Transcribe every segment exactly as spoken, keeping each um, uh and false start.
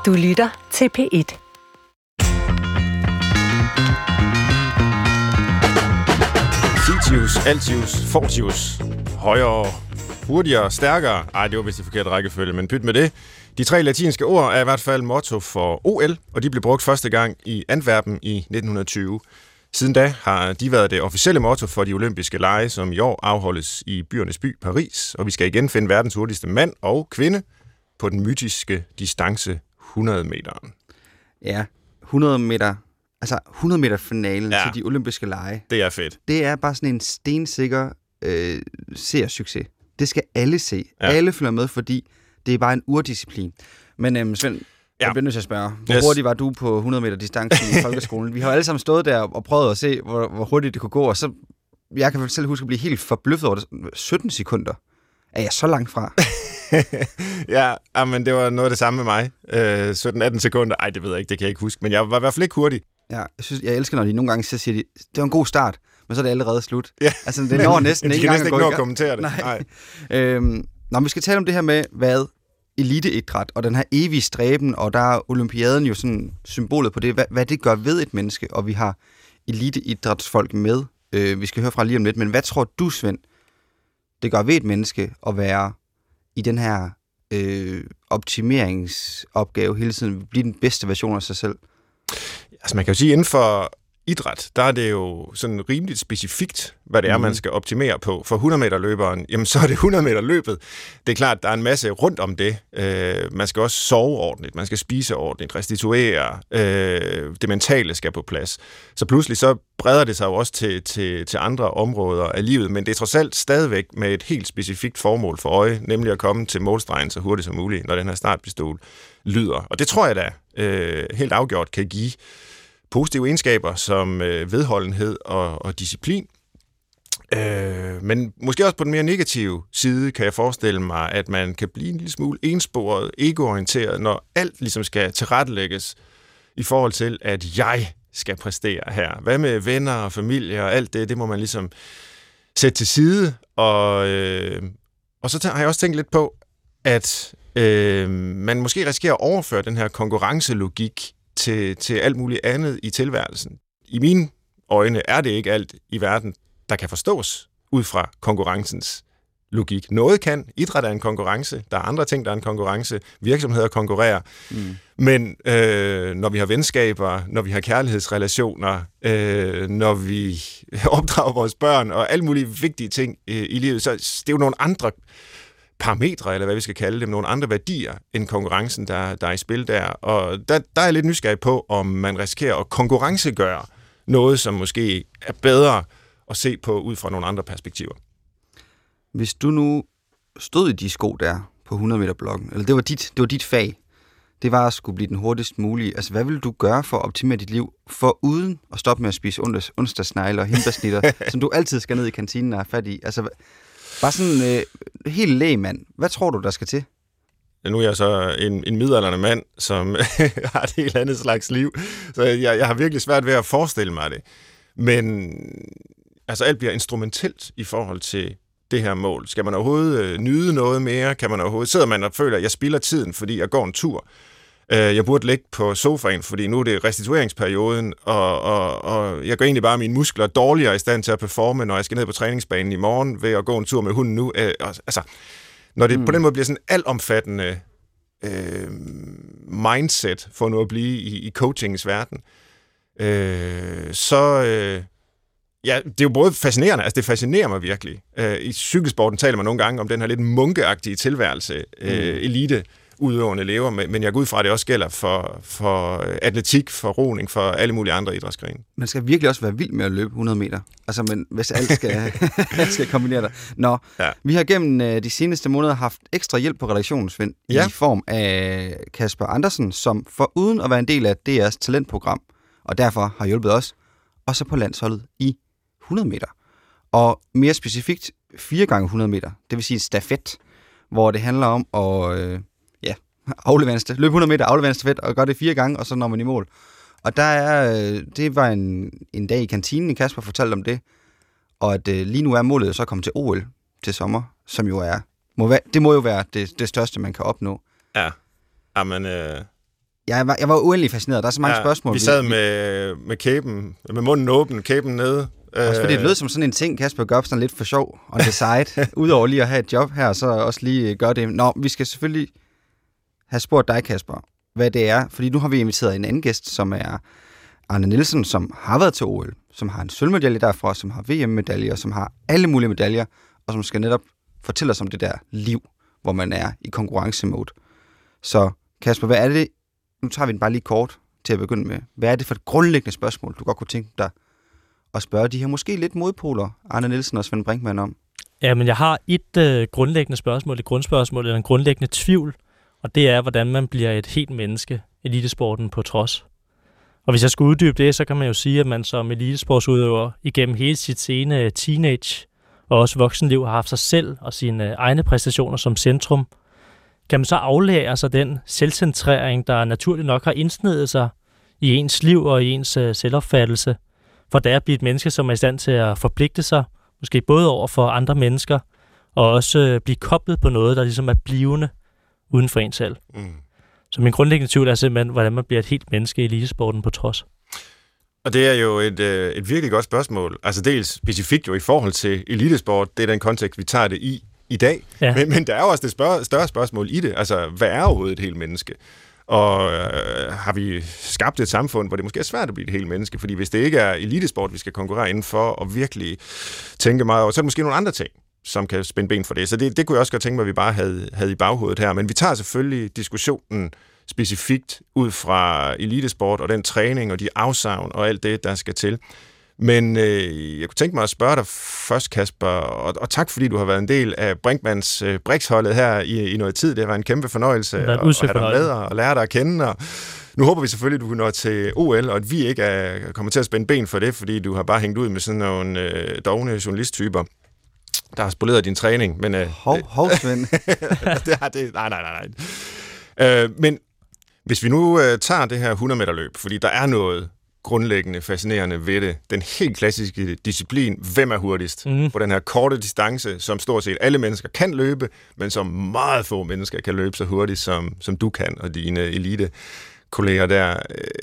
Du lytter til P et. Citius, Altius, Fortius. Højere, hurtigere, stærkere. Ej, det var vist i forkert rækkefølge, men pyt med det. De tre latinske ord er i hvert fald motto for O L, og de blev brugt første gang i Antwerpen i nitten tyve. Siden da har de været det officielle motto for de olympiske lege, som i år afholdes i byernes by Paris, og vi skal igen finde verdens hurtigste mand og kvinde på den mytiske distance hundrede meteren. Ja, hundrede meter, altså hundrede meter finalen ja, til de olympiske lege. Det er fedt. Det er bare sådan en stensikker øh, seersucces. Det skal alle se. Ja. Alle følger med, fordi det er bare en urdisciplin. Men øhm, Svend, ja. jeg bliver nødt til at spørge, hvor yes. hurtigt var du på hundrede meter distancen i folkeskolen? Vi har alle sammen stået der og prøvet at se, hvor, hvor hurtigt det kunne gå, og så, jeg kan selv huske at blive helt forbløffet over det. sytten sekunder. Er jeg så langt fra? ja, men det var noget af det samme med mig. Øh, sytten atten sekunder. Ej, det ved jeg ikke, det kan jeg ikke huske. Men jeg var i hvert fald ikke hurtig. Ja, jeg, synes, jeg elsker, når de nogle gange så siger, de, det var en god start, men så er det allerede slut. Ja. Altså, det når næsten ikke engang at gå i gang. De kan næsten ikke nå at kommentere det. Nej. Nej. Øhm, nå, vi skal tale om det her med, hvad eliteidræt og den her evige stræben, og der er olympiaden jo sådan symbolet på det, hvad, hvad det gør ved et menneske, og vi har eliteidrætsfolk med. Øh, vi skal høre fra lige om lidt, men hvad tror du, Svend, det gør ved et menneske at være i den her øh, optimeringsopgave hele tiden, blive den bedste version af sig selv? Altså man kan jo sige, inden for idræt, der er det jo sådan rimeligt specifikt, hvad det er, mm. man skal optimere på. For hundrede meter løberen, jamen så er det hundrede meter løbet. Det er klart, der er en masse rundt om det. Øh, man skal også sove ordentligt, man skal spise ordentligt, restituere, øh, det mentale skal på plads. Så pludselig så breder det sig jo også til, til, til andre områder af livet, men det er trods alt stadigvæk med et helt specifikt formål for øje, nemlig at komme til målstregen så hurtigt som muligt, når den her startpistol lyder. Og det tror jeg da øh, helt afgjort kan give positive egenskaber som øh, vedholdenhed og, og disciplin. Øh, men måske også på den mere negative side kan jeg forestille mig, at man kan blive en lille smule ensporet, egoorienteret, når alt ligesom skal tilrettelægges i forhold til, at jeg skal præstere her. Hvad med venner og familie og alt det, det må man ligesom sætte til side. Og, øh, og så har jeg også tænkt lidt på, at øh, man måske risikerer at overføre den her konkurrencelogik Til, til alt muligt andet i tilværelsen. I mine øjne er det ikke alt i verden, der kan forstås ud fra konkurrencens logik. Noget kan. Idræt er en konkurrence. Der er andre ting, der er en konkurrence. Virksomheder konkurrerer. Mm. Men øh, når vi har venskaber, når vi har kærlighedsrelationer, øh, når vi opdrager vores børn og alle mulige vigtige ting øh, i livet, så det er jo nogle andre parametre, eller hvad vi skal kalde dem, nogle andre værdier end konkurrencen, der, der er i spil der. Og der, der er jeg lidt nysgerrig på, om man risikerer at konkurrencegøre noget, som måske er bedre at se på ud fra nogle andre perspektiver. Hvis du nu stod i de sko der på hundrede meter blokken, eller det var dit, det var dit fag, det var at skulle blive den hurtigst mulige. Altså, hvad vil du gøre for at optimere dit liv, for uden at stoppe med at spise onsdagsnegle og hindbærsnitter, som du altid skal ned i kantinen og er fat i? Altså, bare sådan øh, helt lægmand. Hvad tror du, der skal til? Ja, nu er jeg så en, en midaldrende mand, som har et helt andet slags liv. Så jeg, jeg har virkelig svært ved at forestille mig det. Men altså, alt bliver instrumentelt i forhold til det her mål. Skal man overhovedet øh, nyde noget mere? Kan man overhovedet... Sidder man og føler, at jeg spilder tiden, fordi jeg går en tur? Øh, jeg burde ligge på sofaen, fordi nu er det restitueringsperioden, og, og, og jeg gør egentlig bare mine muskler dårligere i stand til at performe, når jeg skal ned på træningsbanen i morgen, ved at gå en tur med hunden nu. Øh, altså, når det mm. på den måde bliver sådan en altomfattende øh, mindset, for nu at blive i, i coachingens verden, øh, så... Øh, ja, det er jo både fascinerende, altså det fascinerer mig virkelig. Øh, I cykelsporten taler man nogle gange om den her lidt munkeagtige tilværelse, øh, mm. elite, udøvende lever, men jeg går ud fra, at det også gælder for, for atletik, for roning, for alle mulige andre idrætsgrene. Man skal virkelig også være vild med at løbe hundrede meter, altså, men hvis alt skal, skal kombinere det. Nå, ja. Vi har gennem de seneste måneder haft ekstra hjælp på redaktionen, Svend, ja. i form af Kasper Andersen, som foruden at være en del af D R's talentprogram, og derfor har hjulpet os, også på landsholdet i hundrede meter. Og mere specifikt fire gange hundrede meter, det vil sige stafet, hvor det handler om at... Øh, aflevere løb hundrede meter, aflevere en stafet, og gør det fire gange, og så når man i mål. Og der er, det var en, en dag i kantinen, Kasper fortalte om det, og at øh, lige nu er målet så at komme til O L til sommer, som jo er, må være, det må jo være det, det største, man kan opnå. Ja, Jamen, øh, Jeg var, jeg var uendelig fascineret. Der er så mange ja, spørgsmål. Vi sad med, med kæben, med munden åben, kæben nede. Også fordi det lød som sådan en ting, Kasper gør sådan lidt for sjov on the side. Udover lige at have et job her, så også lige gøre det. Nå, vi skal selvfølgelig have spurgt dig, Kasper, hvad det er. Fordi nu har vi inviteret en anden gæst, som er Arne Nielsen, som har været til O L, som har en sølvmedalje derfra, som har V M-medaljer, som har alle mulige medaljer, og som skal netop fortælle os om det der liv, hvor man er i konkurrencemode. Så Kasper, hvad er det? Nu tager vi den bare lige kort til at begynde med. Hvad er det for et grundlæggende spørgsmål, du godt kunne tænke dig at spørge de her måske lidt modpoler, Arne Nielsen og Svend Brinkmann, om? Ja, men jeg har et øh, grundlæggende spørgsmål, et grundspørgsmål, eller en grundlæggende tvivl, og det er, hvordan man bliver et helt menneske, elitesporten på trods. Og hvis jeg skulle uddybe det, så kan man jo sige, at man som elitesportsudøver igennem hele sit sene teenage og også voksenliv har haft sig selv og sine egne præstationer som centrum. Kan man så aflære sig den selvcentrering, der naturligt nok har indsnedet sig i ens liv og i ens øh, selvopfattelse, for der at blive et menneske, som er i stand til at forpligte sig, måske både over for andre mennesker, og også øh, blive koblet på noget, der ligesom er blivende uden for en selv. Mm. Så min grundlæggende tvivl er simpelthen, hvordan man bliver et helt menneske i elitesporten på trods. Og det er jo et, øh, et virkelig godt spørgsmål. Altså dels specifikt jo i forhold til elitesport, det er den kontekst, vi tager det i i dag. Ja. Men, men der er jo også det spørg- større spørgsmål i det. Altså, hvad er overhovedet et helt menneske? Og øh, har vi skabt et samfund, hvor det måske er svært at blive et helt menneske? Fordi hvis det ikke er elitesport, vi skal konkurrere inden for, og virkelig tænke meget over, så er det måske nogle andre ting, som kan spænde ben for det. Så det, det kunne jeg også godt tænke mig, at vi bare havde, havde i baghovedet her. Men vi tager selvfølgelig diskussionen specifikt ud fra elitesport og den træning og de afsavn og alt det, der skal til. Men øh, jeg kunne tænke mig at spørge dig først, Kasper, og, og tak fordi du har været en del af Brinkmanns øh, Brix-holdet her i, i noget tid. Det var en kæmpe fornøjelse at, at have dig med og lære dig at kende. Og nu håber vi selvfølgelig, at du når til O L, og at vi ikke er, kommer til at spænde ben for det, fordi du har bare hængt ud med sådan nogle øh, dovne journalisttyper, der har spoleret din træning. Men, øh, hov, hov, Svend. det har det. Nej, nej, nej. nej. Øh, men hvis vi nu øh, tager det her hundrede meter løb, fordi der er noget grundlæggende fascinerende ved det. Den helt klassiske disciplin, hvem er hurtigst mm. på den her korte distance, som stort set alle mennesker kan løbe, men som meget få mennesker kan løbe så hurtigt, som, som du kan, og dine elite-kolleger der.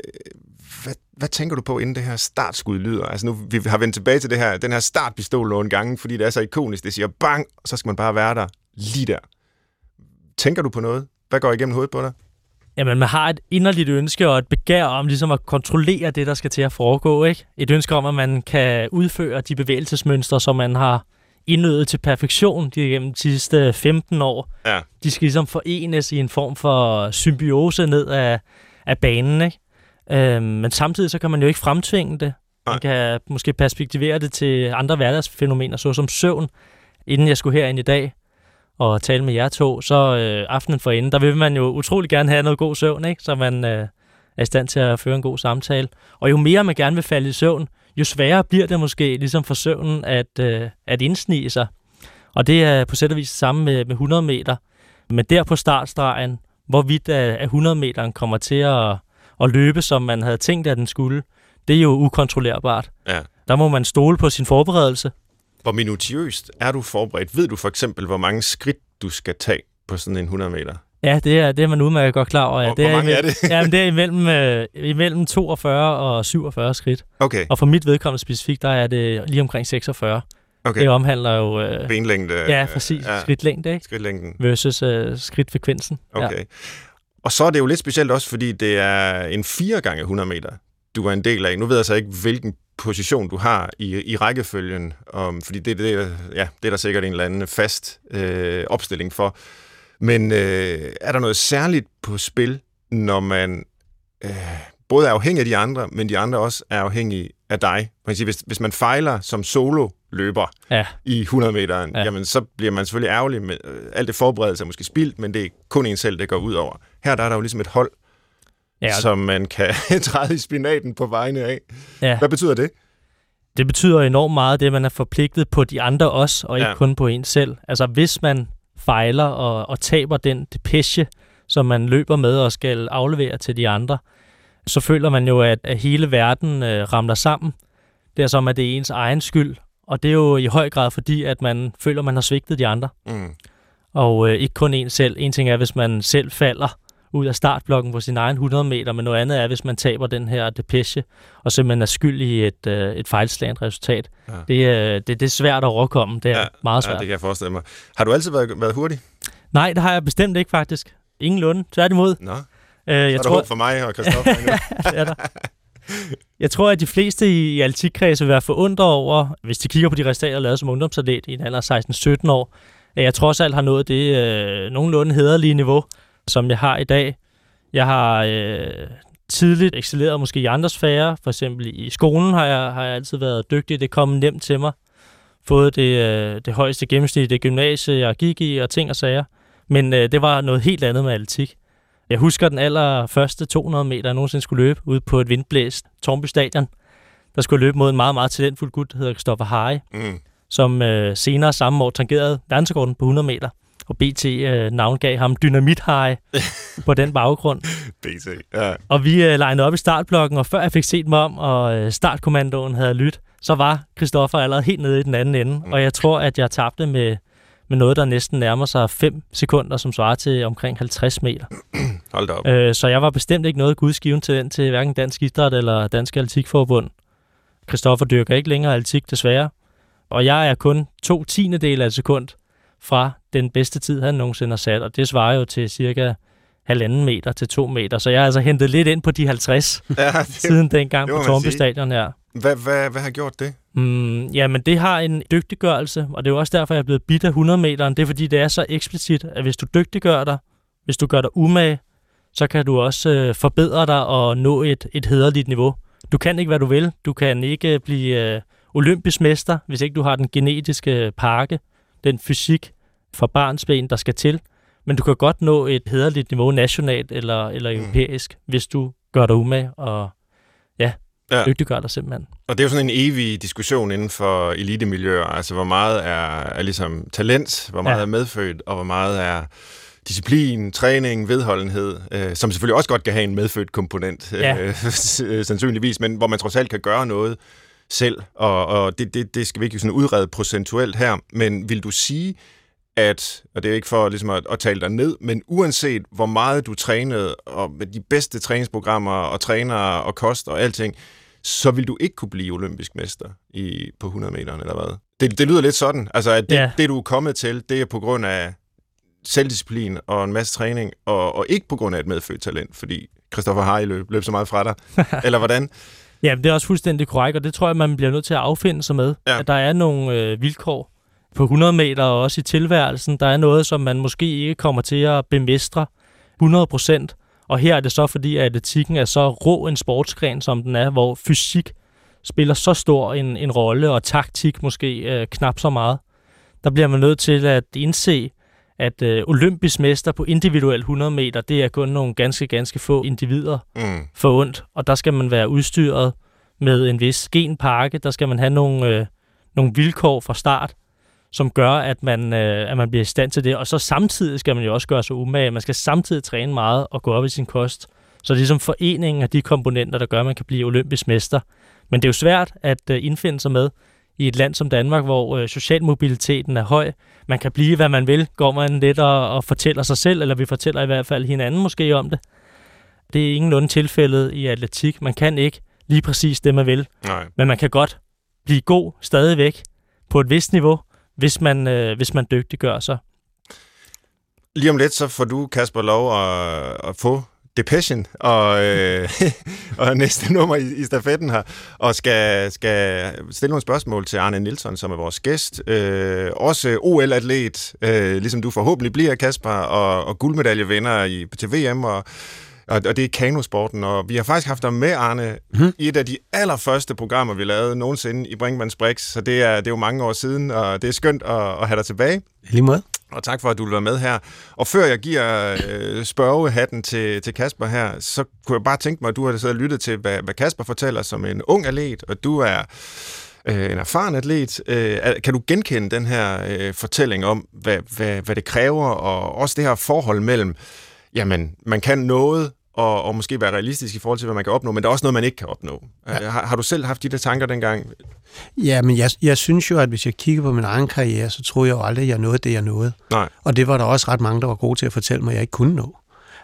Hvad, hvad tænker du på, inden det her startskud lyder? Altså nu, vi har vendt tilbage til det her, den her startpistol nogle gange, fordi det er så ikonisk. Det siger bang, og så skal man bare være der lige der. Tænker du på noget? Hvad går igennem hovedet på dig? Jamen, man har et inderligt ønske og et begær om ligesom at kontrollere det, der skal til at foregå, ikke? Et ønske om, at man kan udføre de bevægelsesmønstre, som man har indøvet til perfektion de gennem de sidste femten år. Ja. De skal ligesom forenes i en form for symbiose ned af, af banen, ikke? Øhm, men samtidig så kan man jo ikke fremtvinge det. Man kan måske perspektivere det til andre hverdagsfænomener, såsom søvn. Inden jeg skulle herind i dag og tale med jer to, så øh, aftenen forinden, der vil man jo utrolig gerne have noget god søvn, ikke? Så man øh, er i stand til at føre en god samtale. Og jo mere man gerne vil falde i søvn, jo sværere bliver det måske ligesom for søvnen at, øh, at indsnige sig. Og det er på sæt og vis samme med, med hundrede meter. Men der på startstregen, hvorvidt at hundrede meteren kommer til at, at løbe, som man havde tænkt, at den skulle, det er jo ukontrollerbart. Ja. Der må man stole på sin forberedelse. Hvor minutiøst er du forberedt? Ved du for eksempel, hvor mange skridt du skal tage på sådan en hundrede meter? Ja, det er, det er man udmærket godt klar over. Ja. Hvor, det er hvor mange imellem, er det? Jamen, det er imellem, øh, imellem toogfyrre og syvogfyrre skridt. Okay. Og for mit vedkommende specifikt, der er det lige omkring seksogfyrre. Okay. Det omhandler jo... Øh, benlængde. Ja, præcis. Ja. Skridtlængde, ikke? Skridtlængden. Versus øh, skridtfrekvensen. Okay. Ja. Og så er det jo lidt specielt også, fordi det er en fire gange hundrede meter, du er en del af. Nu ved jeg så ikke, hvilken position du har i, i rækkefølgen, um, fordi det, det, ja, det er der sikkert en eller anden fast øh, opstilling for. Men øh, er der noget særligt på spil, når man øh, både er afhængig af de andre, men de andre også er afhængige af dig? Man kan sige, hvis, hvis man fejler som sololøber ja. i hundrede meteren, ja. jamen, så bliver man selvfølgelig ærgerlig. Med, øh, alt det forberedelse er måske spildt, men det er kun en selv, det går ud over. Her der er der jo ligesom et hold, ja. som man kan træde i spinaten på vegne af. Ja. Hvad betyder det? Det betyder enormt meget, det man er forpligtet på de andre også, og ikke ja. kun på en selv. Altså hvis man fejler og, og taber den depeche, som man løber med og skal aflevere til de andre, så føler man jo, at, at hele verden øh, ramler sammen. Det er som, at det er ens egen skyld, og det er jo i høj grad fordi, at man føler, at man har svigtet de andre. Mm. Og øh, ikke kun en selv. En ting er, hvis man selv falder ud af startblokken på sin egen hundrede meter, men noget andet er, hvis man taber den her depeche, og simpelthen er skyld i et, øh, et fejlslagent resultat. Ja. Det, øh, det, det er svært at overkomme. Det er ja, meget svært. Ja, det kan jeg forestille mig. Har du altid været, været hurtig? Nej, det har jeg bestemt ikke, faktisk. Ingenlunde. Tværtimod. Nå. Øh, jeg Så er der tror... håb for mig og Christoffer endnu. Det er der. Jeg tror, at de fleste i, i atletikredse vil være forundret over, hvis de kigger på de resultater, jeg lavede som ungdomsatlet i en alder af seksten sytten år, at jeg trods alt har nået det øh, nogenlunde hæderlige niveau, som jeg har i dag. Jeg har øh, tidligt excelleret måske i andre sfærer. For eksempel i skolen har jeg, har jeg altid været dygtig. Det kom nemt til mig. Fået det, øh, det højeste gennemsnit i det gymnasie, jeg gik i, og ting og sager. Men øh, det var noget helt andet med atletik. Jeg husker den allerførste to hundrede meter, jeg nogensinde skulle løbe ude på et vindblæst Tårnby Stadion. Der skulle jeg løbe mod en meget, meget talentfuld gut, der hedder Christoffer Harry, mm. som øh, senere samme år tangerede verdensrekorden på hundrede meter. Og B T øh, navngav ham Dynamit Harry på den baggrund. B T, ja. Og vi øh, legnede op i startblokken, og før jeg fik set mig om, og øh, startkommandoen havde lyttet, så var Christoffer allerede helt nede i den anden ende. Mm. Og jeg tror, at jeg tabte med... med noget, der næsten nærmer sig fem sekunder, som svarer til omkring halvtreds meter. Hold da op. Øh, så jeg var bestemt ikke noget gudsgiven til den til hverken Dansk Idræt eller Dansk Atletikforbund. Christoffer dyrker ikke længere atletik, desværre. Og jeg er kun to tiendedele af et sekund fra den bedste tid, han nogensinde har sat. Og det svarer jo til cirka halvanden meter til to meter. Så jeg har altså hentet lidt ind på de halvtreds ja, det, siden dengang på Tårnby Stadion her. Hvad, hvad, hvad har gjort det? Mm, jamen, det har en dygtiggørelse, og det er jo også derfor, jeg er blevet bidt af hundrede meteren. Det er, fordi det er så eksplicit, at hvis du dygtiggør dig, hvis du gør dig umage, så kan du også øh, forbedre dig og nå et, et hæderligt niveau. Du kan ikke, hvad du vil. Du kan ikke blive øh, olympisk mester, hvis ikke du har den genetiske pakke, den fysik fra barnsben, der skal til. Men du kan godt nå et hæderligt niveau nationalt eller, eller mm. europæisk, hvis du gør dig umage og ja, ja. dygtiggør dig simpelthen. Og det er jo sådan en evig diskussion inden for elitemiljøer. Altså, hvor meget er, er ligesom talent, hvor meget ja. er medfødt, og hvor meget er disciplin, træning, vedholdenhed, øh, som selvfølgelig også godt kan have en medfødt komponent, ja. øh, sandsynligvis, men hvor man trods alt kan gøre noget selv, og, og det, det, det skal vi ikke sådan udrede procentuelt her, men vil du sige, at, og det er ikke for ligesom at, at tale dig ned, men uanset hvor meget du trænede, og med de bedste træningsprogrammer, og trænere, og kost, og alting, så vil du ikke kunne blive olympisk mester i, på hundrede meteren, eller hvad? Det, det lyder lidt sådan, altså at det, ja. det, du er kommet til, det er på grund af selvdisciplin og en masse træning, og, og ikke på grund af et medfødt talent, fordi Christoffer Harry løb, løb så meget fra dig, eller hvordan? Ja, det er også fuldstændig korrekt, og det tror jeg, man bliver nødt til at affinde sig med, ja. at der er nogle øh, vilkår på hundrede meter, og også i tilværelsen. Der er noget, som man måske ikke kommer til at bemestre hundrede procent, og her er det så, fordi at atletikken er så rå en sportsgren, som den er, hvor fysik spiller så stor en, en rolle, og taktik måske øh, knap så meget. Der bliver man nødt til at indse, at øh, olympisk mester på individuel hundrede meter, det er kun nogle ganske, ganske få individer mm. forundt, og der skal man være udstyret med en vis genpakke, der skal man have nogle, øh, nogle vilkår fra start, som gør, at man, øh, at man bliver i stand til det, og så samtidig skal man jo også gøre sig umage. Man skal samtidig træne meget og gå op i sin kost. Så det er ligesom foreningen af de komponenter, der gør, at man kan blive olympisk mester. Men det er jo svært at øh, indfinde sig med i et land som Danmark, hvor øh, socialmobiliteten er høj. Man kan blive, hvad man vil. Går man lidt og, og fortæller sig selv, eller vi fortæller i hvert fald hinanden måske om det. Det er ingenlunde tilfældet i atletik. Man kan ikke lige præcis det, man vil. Nej. Men man kan godt blive god stadigvæk på et vist niveau, hvis man, øh, hvis man dygtiggør sig. Lige om lidt, så får du, Kasper, lov at, at få Depechen og, øh, og næste nummer i, i stafetten her, og skal, skal stille nogle spørgsmål til Arne Nielsen, som er vores gæst. Øh, også O L-atlet, øh, ligesom du forhåbentlig bliver, Kasper, og, og guldmedaljevinder i, til V M, og Og, og det er kanosporten, og vi har faktisk haft dig med, Arne, mm. i et af de allerførste programmer, vi lavede nogensinde i Brinkmanns Brix, så det er, det er jo mange år siden, og det er skønt at, at have dig tilbage. Lige måde. Og tak for, at du vil være med her. Og før jeg giver øh, spørgehatten til, til Kasper her, så kunne jeg bare tænke mig, at du har siddet og lyttet til, hvad, hvad Kasper fortæller som en ung atlet, og du er øh, en erfaren atlet. Øh, kan du genkende den her øh, fortælling om, hvad, hvad, hvad det kræver, og også det her forhold mellem, jamen, man kan noget, og, og måske være realistisk i forhold til, hvad man kan opnå, men der er også noget, man ikke kan opnå. Ja. Har, har du selv haft de der tanker dengang? Ja, men jeg, jeg synes jo, at hvis jeg kigger på min egen karriere, så tror jeg jo aldrig, at jeg nåede det, jeg nåede. Nej. Og det var der også ret mange, der var gode til at fortælle mig, at jeg ikke kunne nå.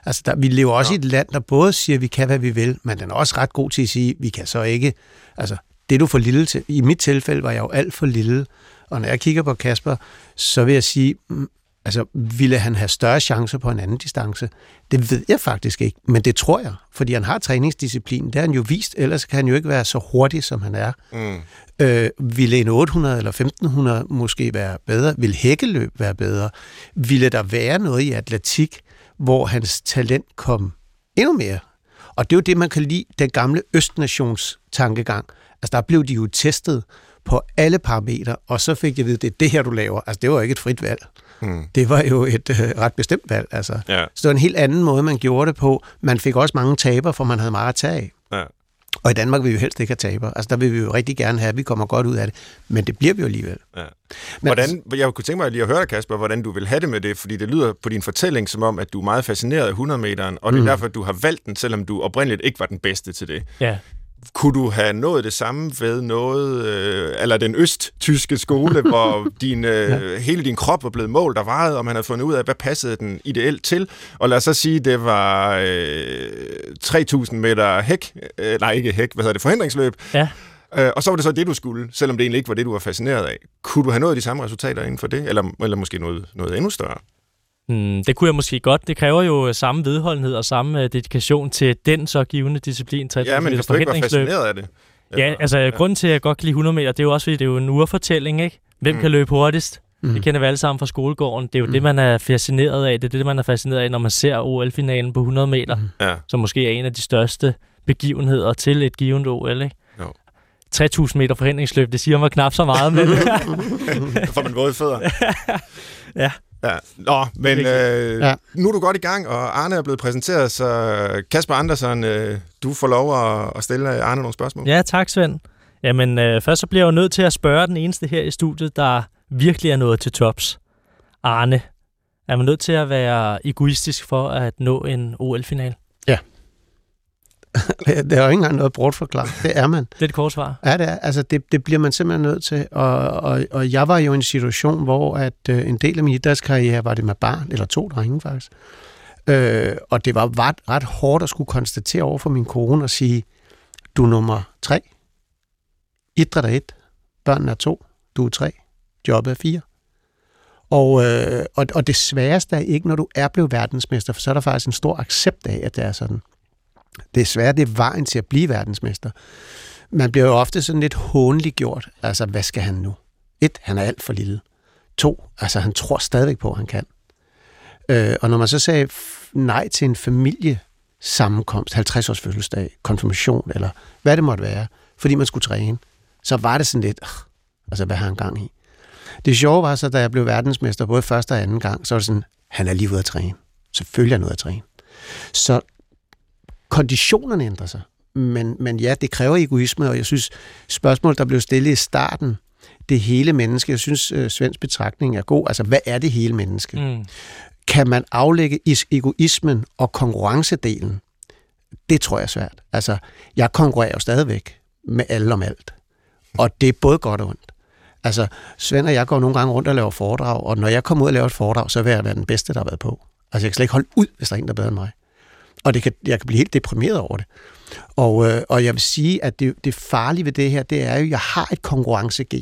Altså, der, vi lever også ja. i et land, der både siger, at vi kan, hvad vi vil, men den er også ret god til at sige, at vi kan så ikke... Altså, det er du for lille til. I mit tilfælde var jeg jo alt for lille, og når jeg kigger på Kasper, så vil jeg sige, altså, ville han have større chancer på en anden distance? Det ved jeg faktisk ikke, men det tror jeg, fordi han har træningsdisciplin. Det har han jo vist, ellers kan han jo ikke være så hurtig, som han er. Mm. Øh, ville en otte hundrede eller femten hundrede måske være bedre? Ville hækkeløb være bedre? Ville der være noget i atletik, hvor hans talent kom endnu mere? Og det er jo det, man kan lide, den gamle østnations tankegang. Altså, der blev de jo testet på alle parametre, og så fik jeg at vide, det er det her, du laver. Altså, det var jo ikke et frit valg. Hmm. Det var jo et øh, ret bestemt valg. Altså. Ja. Så det var en helt anden måde, man gjorde det på. Man fik også mange taber, for man havde meget at tage af. Ja. Og i Danmark vil vi jo helst ikke have taber. Altså, der vil vi jo rigtig gerne have, at vi kommer godt ud af det. Men det bliver vi jo alligevel. Ja. Men hvordan, jeg kunne tænke mig lige at høre dig, Kasper, hvordan du vil have det med det, fordi det lyder på din fortælling som om, at du er meget fascineret af hundrede meteren, og det er mm. derfor, at du har valgt den, selvom du oprindeligt ikke var den bedste til det. Ja. Kunne du have nået det samme ved noget, øh, eller den østtyske skole, hvor din, øh, ja. hele din krop var blevet målt og vejet, og man havde fundet ud af, hvad passede den ideelt til? Og lad os så sige, det var øh, tre tusind meter hæk, øh, nej ikke hæk, hvad hedder det, forhindringsløb. Ja. Øh, og så var det så det, du skulle, selvom det egentlig ikke var det, du var fascineret af. Kunne du have nået de samme resultater inden for det, eller, eller måske noget, noget endnu større? Hmm, det kunne jeg måske godt. Det kræver jo samme vedholdenhed og samme uh, dedikation til den så givende disciplin. Ja, men hvis du ikke var fascineret af det. Ja, altså ja. Grunden til, at jeg godt kan lide hundrede meter, det er jo også, fordi det er jo en urfortælling, ikke? Hvem mm. kan løbe hurtigst? Mm. Det kender vi alle sammen fra skolegården. Det er jo mm. det, man er fascineret af. Det er det, man er fascineret af, når man ser O L-finalen på hundrede meter, mm. ja. Som måske er en af de største begivenheder til et givet O L, ikke? Jo. tre tusind meter forhindringsløb, det siger mig knap så meget, men... Så får man våde fødder. Ja. Ja. Nå, men øh, ja. Nu er du godt i gang, og Arne er blevet præsenteret, så Kasper Andersen, øh, du får lov at, at stille Arne nogle spørgsmål. Ja, tak Svend. Jamen, øh, først så bliver jeg jo nødt til at spørge den eneste her i studiet, der virkelig er nået til tops. Arne, er man nødt til at være egoistisk for at nå en O L-final? Ja. Det er jo ikke engang noget bortforklaret. Det er man. Det er et kort svar. Ja, det er. Altså, det, det bliver man simpelthen nødt til. Og, og, og jeg var jo i en situation, hvor at, øh, en del af min idrætskarriere var det med barn, eller to drenge faktisk. Øh, og det var ret, ret hårdt at skulle konstatere over for min kone og sige, du er nummer tre, idræt er et, børnene er to, du er tre, jobbet er fire. Og, øh, og, og det sværeste er ikke, når du er blevet verdensmester, for så er der faktisk en stor accept af, at det er sådan. Det er svært, det er vejen til at blive verdensmester. Man bliver jo ofte sådan lidt hånligt gjort. Altså, hvad skal han nu? Et, han er alt for lille. To, altså han tror stadigvæk på, at han kan. Øh, og når man så sagde nej til en familiesammenkomst, halvtreds års fødselsdag, konfirmation, eller hvad det måtte være, fordi man skulle træne, så var det sådan lidt, øh, altså hvad har han gang i? Det sjove var så, da jeg blev verdensmester, både første og anden gang, så var det sådan, han er lige ude at træne. Selvfølgelig er han ude at træne. Så konditionerne ændrer sig. Men, men ja, det kræver egoisme, og jeg synes, spørgsmålet, der blev stillet i starten, det hele menneske, jeg synes, uh, Svends betragtning er god. Altså, hvad er det hele menneske? Mm. Kan man aflægge egoismen og konkurrencedelen? Det tror jeg er svært. Altså, jeg konkurrerer jo stadigvæk med alle om alt. Og det er både godt og ondt. Altså, Svend og jeg går nogle gange rundt og laver foredrag, og når jeg kommer ud og laver et foredrag, så vil jeg være den bedste, der har været på. Altså, jeg kan slet ikke holde ud, hvis der er en, der er bedre end mig. Og det kan, jeg kan blive helt deprimeret over det. Og, øh, og jeg vil sige, at det, det farlige ved det her, det er jo, at jeg har et konkurrencegen.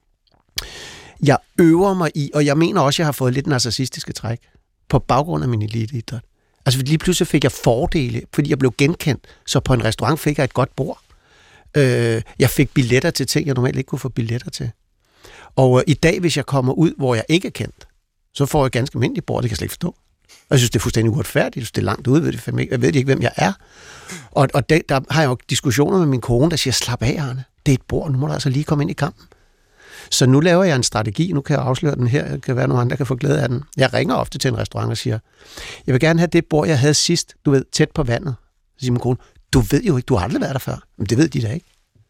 Jeg øver mig i, og jeg mener også, at jeg har fået lidt narcissistiske træk på baggrund af min eliteidræt. Altså lige pludselig fik jeg fordele, fordi jeg blev genkendt, så på en restaurant fik jeg et godt bord. Øh, jeg fik billetter til ting, jeg normalt ikke kunne få billetter til. Og øh, i dag, hvis jeg kommer ud, hvor jeg ikke er kendt, så får jeg et ganske almindeligt bord, det kan jeg slet ikke forstå. Og jeg synes, det er fuldstændig uretfærdigt. Jeg synes, det er langt ude. Jeg ved ikke, hvem jeg er. Og, og det, der har jeg jo diskussioner med min kone, der siger, slap af, Arne. Det er et bord. Nu må du altså lige komme ind i kampen. Så nu laver jeg en strategi. Nu kan jeg afsløre den her. Det kan være, nogen andre, der kan få glæde af den. Jeg ringer ofte til en restaurant og siger, jeg vil gerne have det bord, jeg havde sidst, du ved, tæt på vandet. Så siger min kone, du ved jo ikke, du har aldrig været der før. Men det ved de da ikke.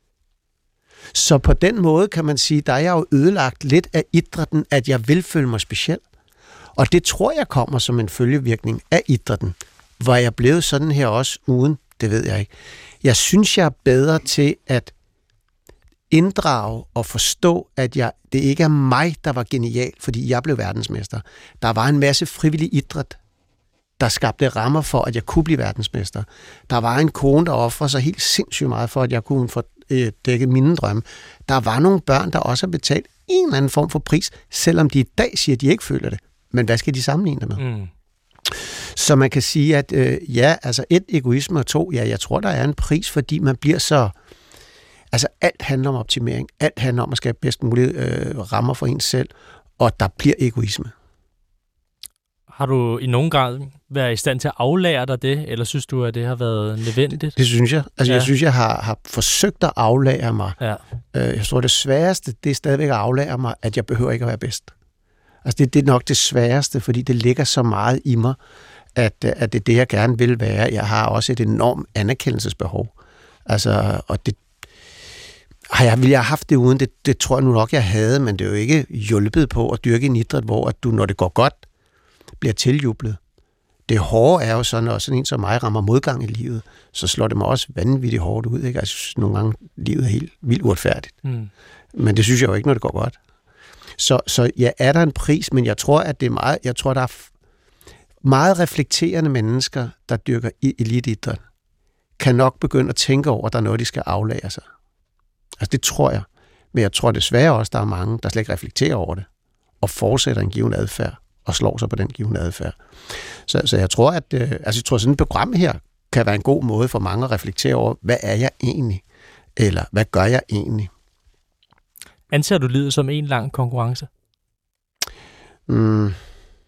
Så på den måde kan man sige, der er jeg jo ødelagt lidt af idrætten, at jeg vil føle mig speciel. Og det tror jeg kommer som en følgevirkning af idrætten. Var jeg blevet sådan her også uden? Det ved jeg ikke. Jeg synes, jeg er bedre til at inddrage og forstå, at jeg, det ikke er mig, der var genial, fordi jeg blev verdensmester. Der var en masse frivillig idræt, der skabte rammer for, at jeg kunne blive verdensmester. Der var en kone, der offrede sig helt sindssygt meget for, at jeg kunne få øh, dækket mine drømme. Der var nogle børn, der også har betalt en eller anden form for pris, selvom de i dag siger, at de ikke føler det. Men hvad skal de sammenligne det med? Mm. Så man kan sige, at øh, ja, altså et, egoisme, og to, ja, jeg tror, der er en pris, fordi man bliver så... Altså alt handler om optimering, alt handler om at skabe bedst mulige øh, rammer for ens selv, og der bliver egoisme. Har du i nogen grad været i stand til at aflære dig det, eller synes du, at det har været nødvendigt? Det, det synes jeg. Altså ja. Jeg synes, jeg har, har forsøgt at aflære mig. Ja. Øh, jeg tror, det sværeste, det er stadigvæk at aflære mig, at jeg behøver ikke at være bedst. Altså det, det er nok det sværeste, fordi det ligger så meget i mig, at, at det er det, jeg gerne vil være. Jeg har også et enormt anerkendelsesbehov. Altså, og det har jeg, ville jeg have haft det uden, det, det tror jeg nu nok, jeg havde, men det er jo ikke hjulpet på at dyrke en idræt, hvor at du, når det går godt, bliver tiljublet. Det hårde er jo sådan, når sådan en som mig rammer modgang i livet, så slår det mig også vanvittigt hårdt ud. Ikke? Altså, jeg synes nogle gange, livet er helt vildt uretfærdigt. Mm. Men det synes jeg jo ikke, når det går godt. Så, så ja, er der en pris, men jeg tror, at det er meget, jeg tror, der er meget reflekterende mennesker, der dyrker eliteidræt, kan nok begynde at tænke over, at der er noget, de skal aflære sig. Altså det tror jeg. Men jeg tror desværre også, der er mange, der slet ikke reflekterer over det, og fortsætter en given adfærd, og slår sig på den givende adfærd. Så, så jeg tror, at øh, altså jeg tror, sådan et program her kan være en god måde for mange at reflektere over, hvad er jeg egentlig? Eller hvad gør jeg egentlig? Anser du livet som en lang konkurrence? Mm.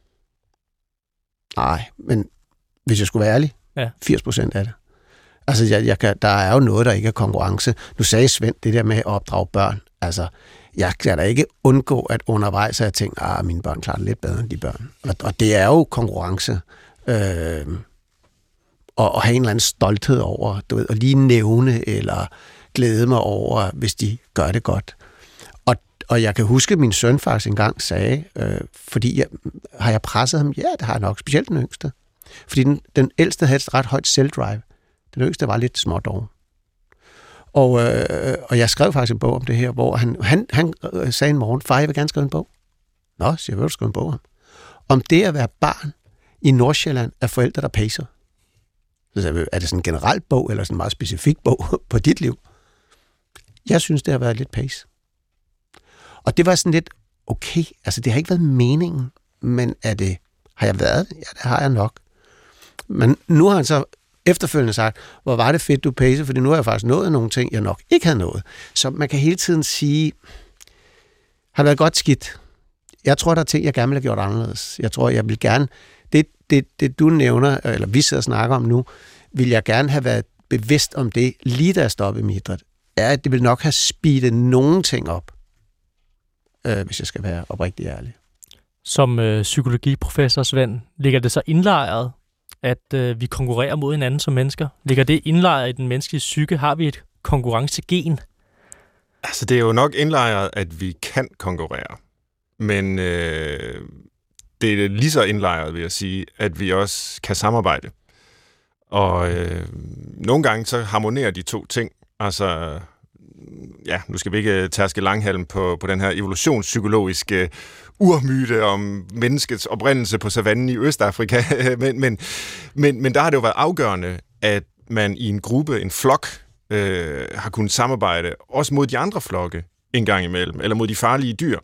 Nej, men hvis jeg skulle være ærlig, ja. firs procent af det. Altså, jeg, jeg kan, der er jo noget, der ikke er konkurrence. Nu sagde Svend det der med at opdrage børn. Altså, jeg kan da ikke undgå, at undervejs har jeg tænkt, at mine børn klarer det lidt bedre end de børn. Og, og det er jo konkurrence. Øh, og, og have en eller anden stolthed over, du ved, at lige nævne eller glæde mig over, hvis de gør det godt. Og, og jeg kan huske, at min søn faktisk engang sagde, øh, fordi jeg, har jeg presset ham? Ja, det har jeg nok, specielt den yngste. Fordi den, den ældste havde et ret højt self-drive. Den yngste var lidt småt over. Og, øh, og jeg skrev faktisk en bog om det her, hvor han, han, han sagde en morgen, far, jeg vil gerne skrive en bog. Nå, siger jeg, vil du skrive en bog om? Om det at være barn i Nordsjælland af forældre, der pacer. Så sagde jeg, er det sådan en generel bog, eller sådan en meget specifik bog på dit liv? Jeg synes, det har været lidt pace. Og det var sådan lidt, okay, altså det har ikke været meningen, men er det, har jeg været det? Ja, det har jeg nok. Men nu har han så efterfølgende sagt, hvor var det fedt, du pacer, fordi nu har jeg faktisk nået nogle ting, jeg nok ikke havde nået. Så man kan hele tiden sige, har det været godt skidt? Jeg tror, der er ting, jeg gerne vil have gjort anderledes. Jeg tror, jeg vil gerne, det, det, det du nævner, eller vi sidder og snakker om nu, vil jeg gerne have været bevidst om det, lige da jeg stoppede med idræt, er, at det vil nok have speedet nogle ting op, øh, hvis jeg skal være oprigtig ærlig. Som øh, psykologiprofessor Svend, ligger det så indlejret, at øh, vi konkurrerer mod hinanden som mennesker? Ligger det indlejret i den menneskelige psyke? Har vi et konkurrencegen? Altså, det er jo nok indlejret, at vi kan konkurrere. Men øh, det er lige så indlejret, vil jeg sige, at vi også kan samarbejde. Og øh, nogle gange så harmonerer de to ting. Altså, ja, nu skal vi ikke tærske langhalm på, på den her evolutionspsykologiske urmyte om menneskets oprindelse på savannen i Østafrika. men, men, men, men der har det jo været afgørende, at man i en gruppe, en flok, øh, har kunnet samarbejde også mod de andre flokke en gang imellem, eller mod de farlige dyr.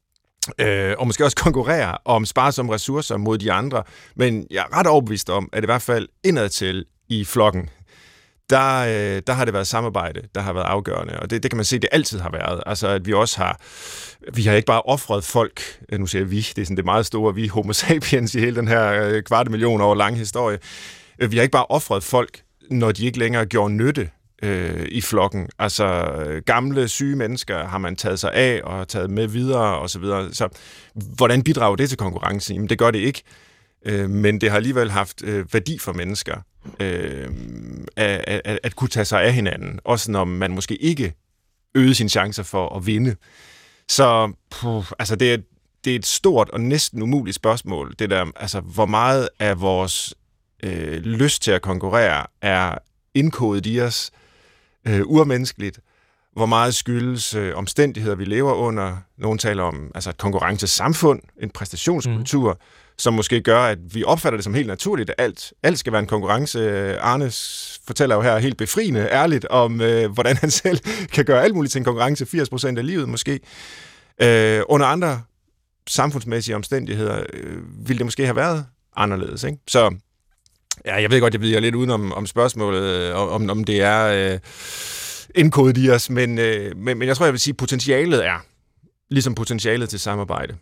Øh, og måske også konkurrere om sparsomme ressourcer mod de andre. Men jeg er ret overbevist om, at i hvert fald indadtil i flokken, Der, øh, der har det været samarbejde, der har været afgørende, og det, det kan man se, det altid har været. Altså, at vi også har, vi har ikke bare offret folk, nu siger jeg vi, det er sådan det meget store, vi homo sapiens i hele den her øh, kvarte million år lange historie. Vi har ikke bare offret folk, når de ikke længere gjorde nytte øh, i flokken. Altså, gamle, syge mennesker har man taget sig af og taget med videre og så videre. Så hvordan bidrager det til konkurrencen? Jamen, det gør det ikke. Men det har alligevel haft øh, værdi for mennesker øh, at, at, at kunne tage sig af hinanden, også når man måske ikke øgede sine chancer for at vinde. Så puh, altså det, er, det er et stort og næsten umuligt spørgsmål, det der, altså hvor meget af vores øh, lyst til at konkurrere er indkodet i os øh, urmenneskeligt, hvor meget skyldes øh, omstændigheder, vi lever under. Nogen taler om altså et konkurrencesamfund, en præstationskultur, mm. som måske gør, at vi opfatter det som helt naturligt, at alt, alt skal være en konkurrence. Arne fortæller jo her helt befriende ærligt om, øh, hvordan han selv kan gøre alt muligt til en konkurrence, firs procent af livet måske. Øh, under andre samfundsmæssige omstændigheder øh, ville det måske have været anderledes, ikke? Så ja, jeg ved godt, jeg bliver lidt udenom om spørgsmålet, om, om det er øh, indkodet i os, men, øh, men, men jeg tror, jeg vil sige, at potentialet er ligesom potentialet til samarbejde.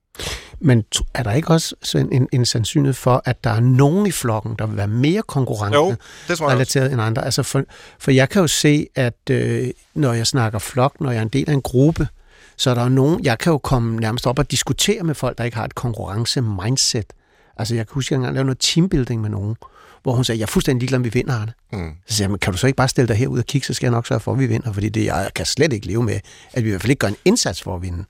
Men er der ikke også en, en sandsynlighed for, at der er nogen i flokken, der vil være mere konkurrencerelateret end andre? Altså for, for jeg kan jo se, at øh, når jeg snakker flok, når jeg er en del af en gruppe, så er der jo nogen, jeg kan jo komme nærmest op og diskutere med folk, der ikke har et konkurrence-mindset. Altså jeg kan huske, at jeg engang lavede noget teambuilding med nogen, hvor hun sagde, jeg er fuldstændig ligeglad, om vi vinder, Arne. Mm. Så sagde jeg, kan du så ikke bare stille dig herud og kigge, så skal jeg nok sørge for, at vi vinder, fordi det, jeg kan slet ikke leve med, at vi i hvert fald ikke gør en indsats for at vinde.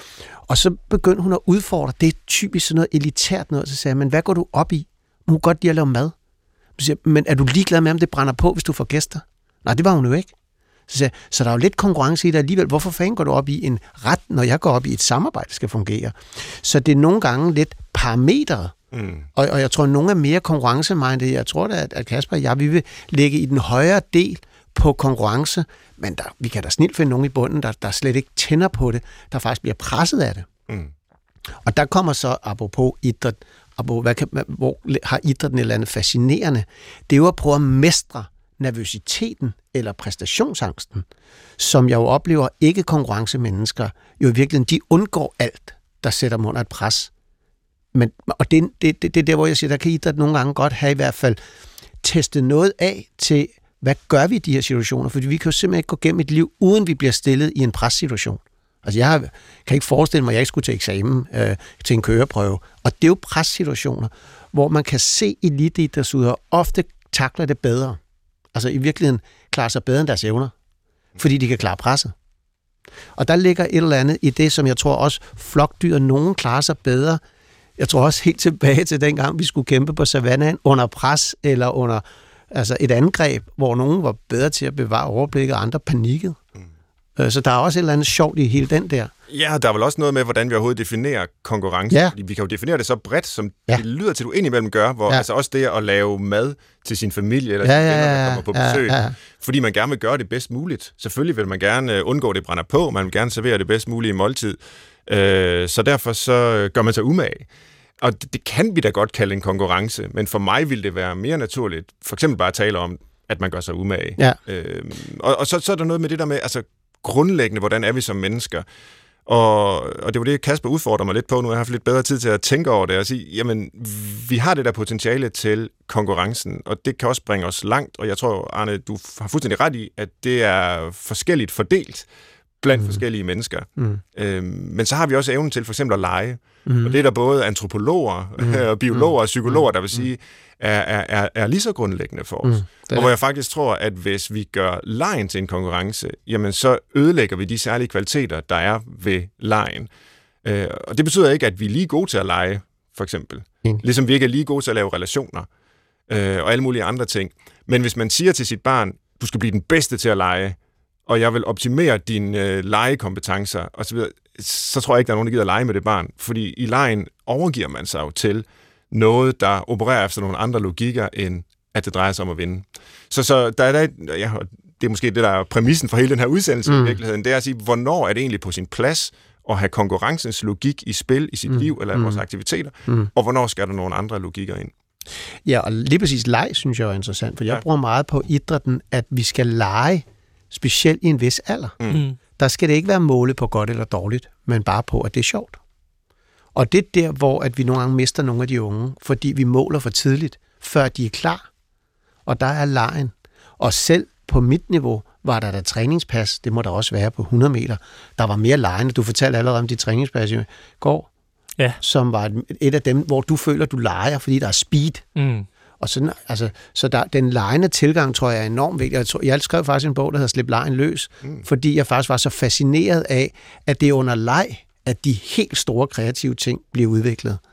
Og så begyndte hun at udfordre, det er typisk sådan noget elitært noget, så sagde jeg, men hvad går du op i? Hun kan godt lide at lave mad. Så siger jeg, men er du ligeglad med, om det brænder på, hvis du får gæster? Nej, det var hun jo ikke. Så siger jeg, så der er jo lidt konkurrence i det alligevel. Hvorfor fanden går du op i en ret, når jeg går op i et samarbejde, skal fungere? Så det er nogle gange lidt parametre. Mm. Og, og jeg tror, at nogle er mere konkurrencemindet. Jeg tror da, at Kasper og jeg, vi vil lægge i den højere del på konkurrence, men der, vi kan da snilt finde nogen i bunden, der, der slet ikke tænder på det, der faktisk bliver presset af det. Mm. Og der kommer så, apropos idræt, apropos, hvad kan, hvor har idrætten et eller andet fascinerende, det er jo at prøve at mestre nervøsiteten eller præstationsangsten, som jeg jo oplever ikke konkurrencemennesker, jo i virkeligheden, de undgår alt, der sætter dem under et pres. Men, og det, det, det, det er der, hvor jeg siger, der kan idræt nogle gange godt have i hvert fald testet noget af til, hvad gør vi i de her situationer? Fordi vi kan jo simpelthen ikke gå gennem et liv, uden vi bliver stillet i en pressituation. Altså jeg har, kan ikke forestille mig, at jeg ikke skulle til eksamen øh, til en køreprøve. Og det er jo pressituationer, hvor man kan se eliteidrætsudøvere ofte takler det bedre. Altså i virkeligheden klarer sig bedre end deres evner, fordi de kan klare presset. Og der ligger et eller andet i det, som jeg tror også flokdyr, nogen klarer sig bedre. Jeg tror også helt tilbage til dengang, vi skulle kæmpe på savannen under pres eller under altså et angreb, hvor nogen var bedre til at bevare overblikket, og andre panikkede. Mm. Så der er også et eller andet sjovt i hele den der. Ja, der er vel også noget med, hvordan vi overhovedet definerer konkurrence. Ja. Fordi vi kan jo definere det så bredt, som ja. det lyder til, du indimellem gør, hvor ja. altså også det at lave mad til sin familie, eller ja, sine venner, ja, der kommer på besøg, ja, ja. fordi man gerne vil gøre det bedst muligt. Selvfølgelig vil man gerne undgå, at det brænder på, man vil gerne servere det bedst mulige måltid. Så derfor så gør man sig umage. Og det, det kan vi da godt kalde en konkurrence, men for mig vil det være mere naturligt, for eksempel bare at tale om, at man gør sig umage. Ja. Øhm, og og så, så er der noget med det der med, altså grundlæggende, hvordan er vi som mennesker? Og, og det var det, Kasper udfordrer mig lidt på nu. Jeg har haft lidt bedre tid til at tænke over det og sige, jamen, vi har det der potentiale til konkurrencen, og det kan også bringe os langt. Og jeg tror, Arne, du har fuldstændig ret i, at det er forskelligt fordelt blandt mm. forskellige mennesker. Mm. Øhm, men så har vi også evnen til for eksempel at lege. Mm. Og det er der både antropologer mm. og biologer og psykologer, der vil sige, er, er, er lige så grundlæggende for os. Mm. Og hvor jeg faktisk tror, at hvis vi gør legen til en konkurrence, jamen så ødelægger vi de særlige kvaliteter, der er ved legen. Øh, og det betyder ikke, at vi er lige gode til at lege, for eksempel. Mm. Ligesom vi ikke er lige gode til at lave relationer øh, og alle mulige andre ting. Men hvis man siger til sit barn, du skal blive den bedste til at lege, og jeg vil optimere dine øh, legekompetencer osv., så tror jeg ikke, der er nogen, der gider at lege med det barn. Fordi i legen overgiver man sig jo til noget, der opererer efter nogle andre logikker, end at det drejer sig om at vinde. Så, så der er der, ja, det er måske det, der er præmissen for hele den her udsendelse mm. i virkeligheden, det er at sige, hvornår er det egentlig på sin plads at have konkurrencens logik i spil i sit mm. liv, eller mm. vores aktiviteter, mm. og hvornår skal der nogle andre logikker ind? Ja, og lige præcis leg, synes jeg er interessant, for jeg ja. bruger meget på idrætten, at vi skal lege, specielt i en vis alder. Mm. Der skal det ikke være målet på godt eller dårligt, men bare på, at det er sjovt. Og det er der, hvor at vi nogle gange mister nogle af de unge, fordi vi måler for tidligt, før de er klar. Og der er legen. Og selv på mit niveau var der der træningspas, det må der også være på hundrede meter. Der var mere legende. Du fortalte allerede om de træningspas i går, ja. som var et af dem, hvor du føler, du leger, fordi der er speed. Mm. Og sådan, altså, så der, den legende tilgang, tror jeg, er enormt vigtig. Jeg, tror, jeg skrev faktisk en bog, der hedder Slip legen løs, mm. fordi jeg faktisk var så fascineret af, at det er under leg, at de helt store kreative ting bliver udviklet.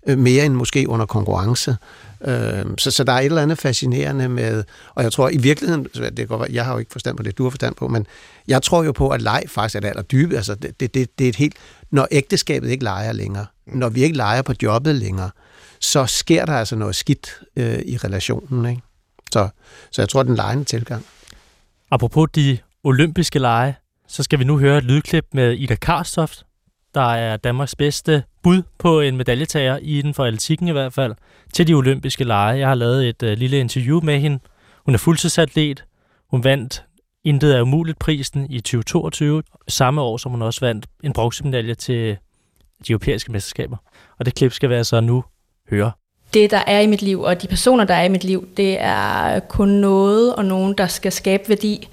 øh, mere end måske under konkurrence. Øh, så, så der er et eller andet fascinerende med, og jeg tror i virkeligheden, det kan godt være, jeg har jo ikke forstand på det, du har forstand på, men jeg tror jo på, at leg faktisk er det allerdybe. Altså det, det, det, det er et helt, når ægteskabet ikke leger længere, når vi ikke leger på jobbet længere, så sker der altså noget skidt øh, i relationen, ikke? Så, så jeg tror, den legende tilgang. Apropos de olympiske lege, så skal vi nu høre et lydklip med Ida Karstoft, der er Danmarks bedste bud på en medaljetager, i den for atletikken i hvert fald, til de olympiske lege. Jeg har lavet et uh, lille interview med hende. Hun er fuldtidsatlet. Hun vandt Intet er umuligt prisen i tyve toogtyve, samme år som hun også vandt en bronzemedalje til de europæiske mesterskaber. Og det klip skal vi altså nu høre. Det, der er i mit liv, og de personer, der er i mit liv, det er kun noget og nogen, der skal skabe værdi,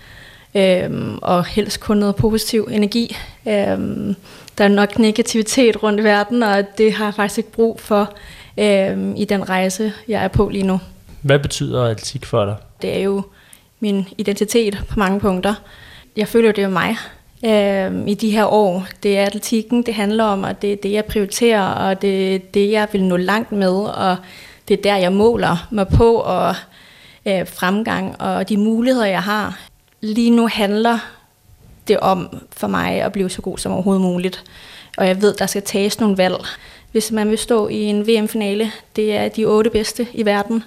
øhm, og helst kun noget positiv energi. Øhm, der er nok negativitet rundt i verden, og det har jeg faktisk ikke brug for øhm, i den rejse, jeg er på lige nu. Hvad betyder atletik for dig? Det er jo min identitet på mange punkter. Jeg føler, det er mig. Øhm, I de her år, det er atletikken, det handler om, og det er det, jeg prioriterer, og det er det, jeg vil nå langt med, og det er der, jeg måler mig på, og øh, fremgang, og de muligheder, jeg har. Lige nu handler det om for mig at blive så god som overhovedet muligt, og jeg ved, der skal tages nogle valg. Hvis man vil stå i en V M-finale, det er de otte bedste i verden,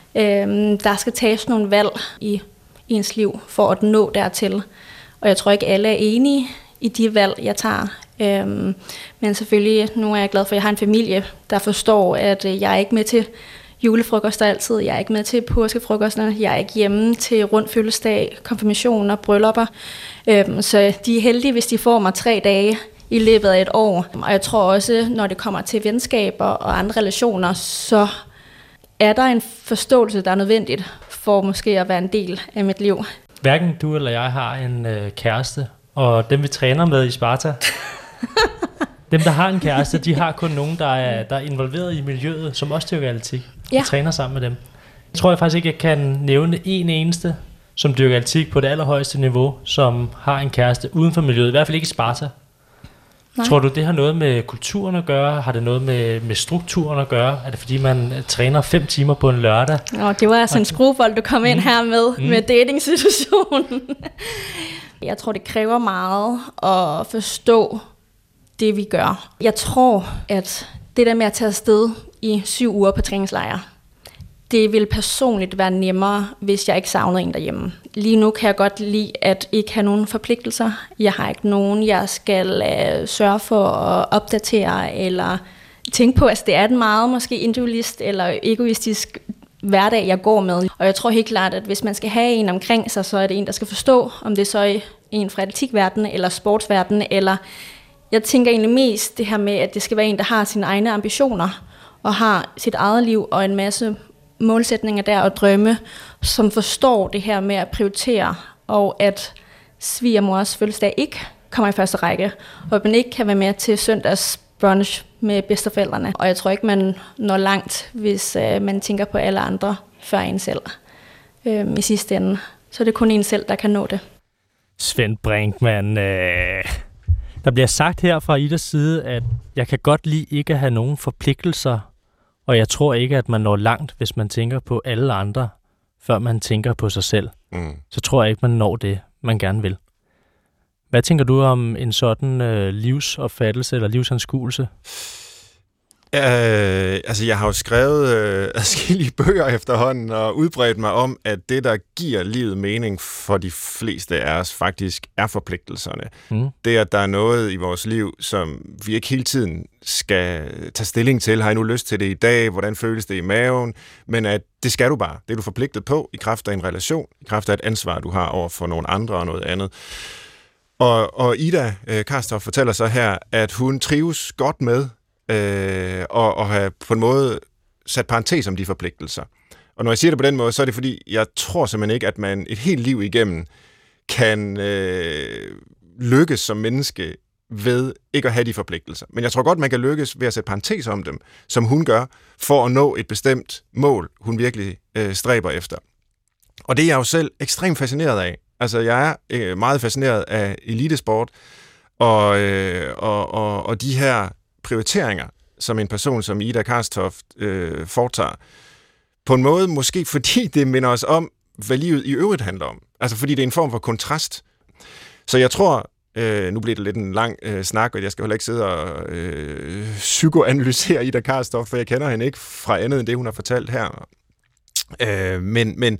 øhm, der skal tages nogle valg i ens liv for at nå dertil. Og jeg tror ikke, alle er enige i de valg, jeg tager. Øhm, men selvfølgelig, nu er jeg glad for, at jeg har en familie, der forstår, at jeg er ikke med til julefrokoster altid. Jeg er ikke med til påskefrokosterne. Jeg er ikke hjemme til rund fødselsdag, konfirmationer, bryllupper. Øhm, så de er heldige, hvis de får mig tre dage i løbet af et år. Og jeg tror også, når det kommer til venskaber og andre relationer, så er der en forståelse, der er nødvendigt for måske at være en del af mit liv. Hverken du eller jeg har en øh, kæreste, og dem vi træner med i Sparta, dem der har en kæreste, de har kun nogen, der er, der er involveret i miljøet, som også dyrker atletik, ja. Og træner sammen med dem. Jeg tror jeg faktisk ikke, jeg kan nævne en eneste, som dyrker atletik på det allerhøjeste niveau, som har en kæreste uden for miljøet, i hvert fald ikke i Sparta. Nej. Tror du, det har noget med kulturen at gøre? Har det noget med, med strukturen at gøre? Er det fordi, man træner fem timer på en lørdag? Nå, det var altså en skruebold, du kom ind mm. her med, mm. med dating-situationen. Jeg tror, det kræver meget at forstå det, vi gør. Jeg tror, at det der med at tage afsted i syv uger på træningslejre, det vil personligt være nemmere, hvis jeg ikke savner en derhjemme. Lige nu kan jeg godt lide at ikke have nogen forpligtelser. Jeg har ikke nogen, jeg skal uh, sørge for at opdatere eller tænke på. Altså det er en meget måske individualist eller egoistisk hverdag, jeg går med. Og jeg tror helt klart, at hvis man skal have en omkring sig, så er det en, der skal forstå, om det er så en fra atletikverdenen eller sportsverdenen. Eller jeg tænker egentlig mest det her med, at det skal være en, der har sine egne ambitioner og har sit eget liv og en masse målsætninger der og drømme, som forstår det her med at prioritere, og at svigermors fødselsdag ikke kommer i første række, og at man ikke kan være med til søndags brunch med bedsteforældrene. Og jeg tror ikke, man når langt, hvis øh, man tænker på alle andre før en selv øh, i sidste ende. Så er det kun en selv, der kan nå det. Svend Brinkmann, øh, der bliver sagt her fra Idas side, at jeg kan godt lide ikke at have nogen forpligtelser, og jeg tror ikke, at man når langt, hvis man tænker på alle andre, før man tænker på sig selv. Mm. Så tror jeg ikke, man når det, man gerne vil. Hvad tænker du om en sådan øh, livsopfattelse eller livsanskuelse? Øh, altså, jeg har jo skrevet øh, adskillige bøger efterhånden og udbredt mig om, at det, der giver livet mening for de fleste af os, faktisk er forpligtelserne. Mm. Det, at der er noget i vores liv, som vi ikke hele tiden skal tage stilling til. Har jeg nu lyst til det i dag? Hvordan føles det i maven? Men at det skal du bare. Det er du forpligtet på i kraft af en relation, i kraft af et ansvar, du har over for nogle andre og noget andet. Og, og Ida øh, Karstoft fortæller så her, at hun trives godt med øh, og, og have på en måde sat parentes om de forpligtelser. Og når jeg siger det på den måde, så er det fordi, jeg tror simpelthen ikke, at man et helt liv igennem kan øh, lykkes som menneske ved ikke at have de forpligtelser. Men jeg tror godt, man kan lykkes ved at sætte parentes om dem, som hun gør, for at nå et bestemt mål, hun virkelig øh, stræber efter. Og det er jeg jo selv ekstremt fascineret af. Altså, jeg er øh, meget fascineret af elitesport og, øh, og, og, og de her prioriteringer, som en person som Ida Karstoft øh, foretager. På en måde måske fordi det minder os om, hvad livet i øvrigt handler om. Altså fordi det er en form for kontrast. Så jeg tror, øh, nu bliver det lidt en lang øh, snak, og jeg skal heller ikke sidde og øh, psykoanalysere Ida Karstoft, for jeg kender hende ikke fra andet end det, hun har fortalt her. Øh, men, men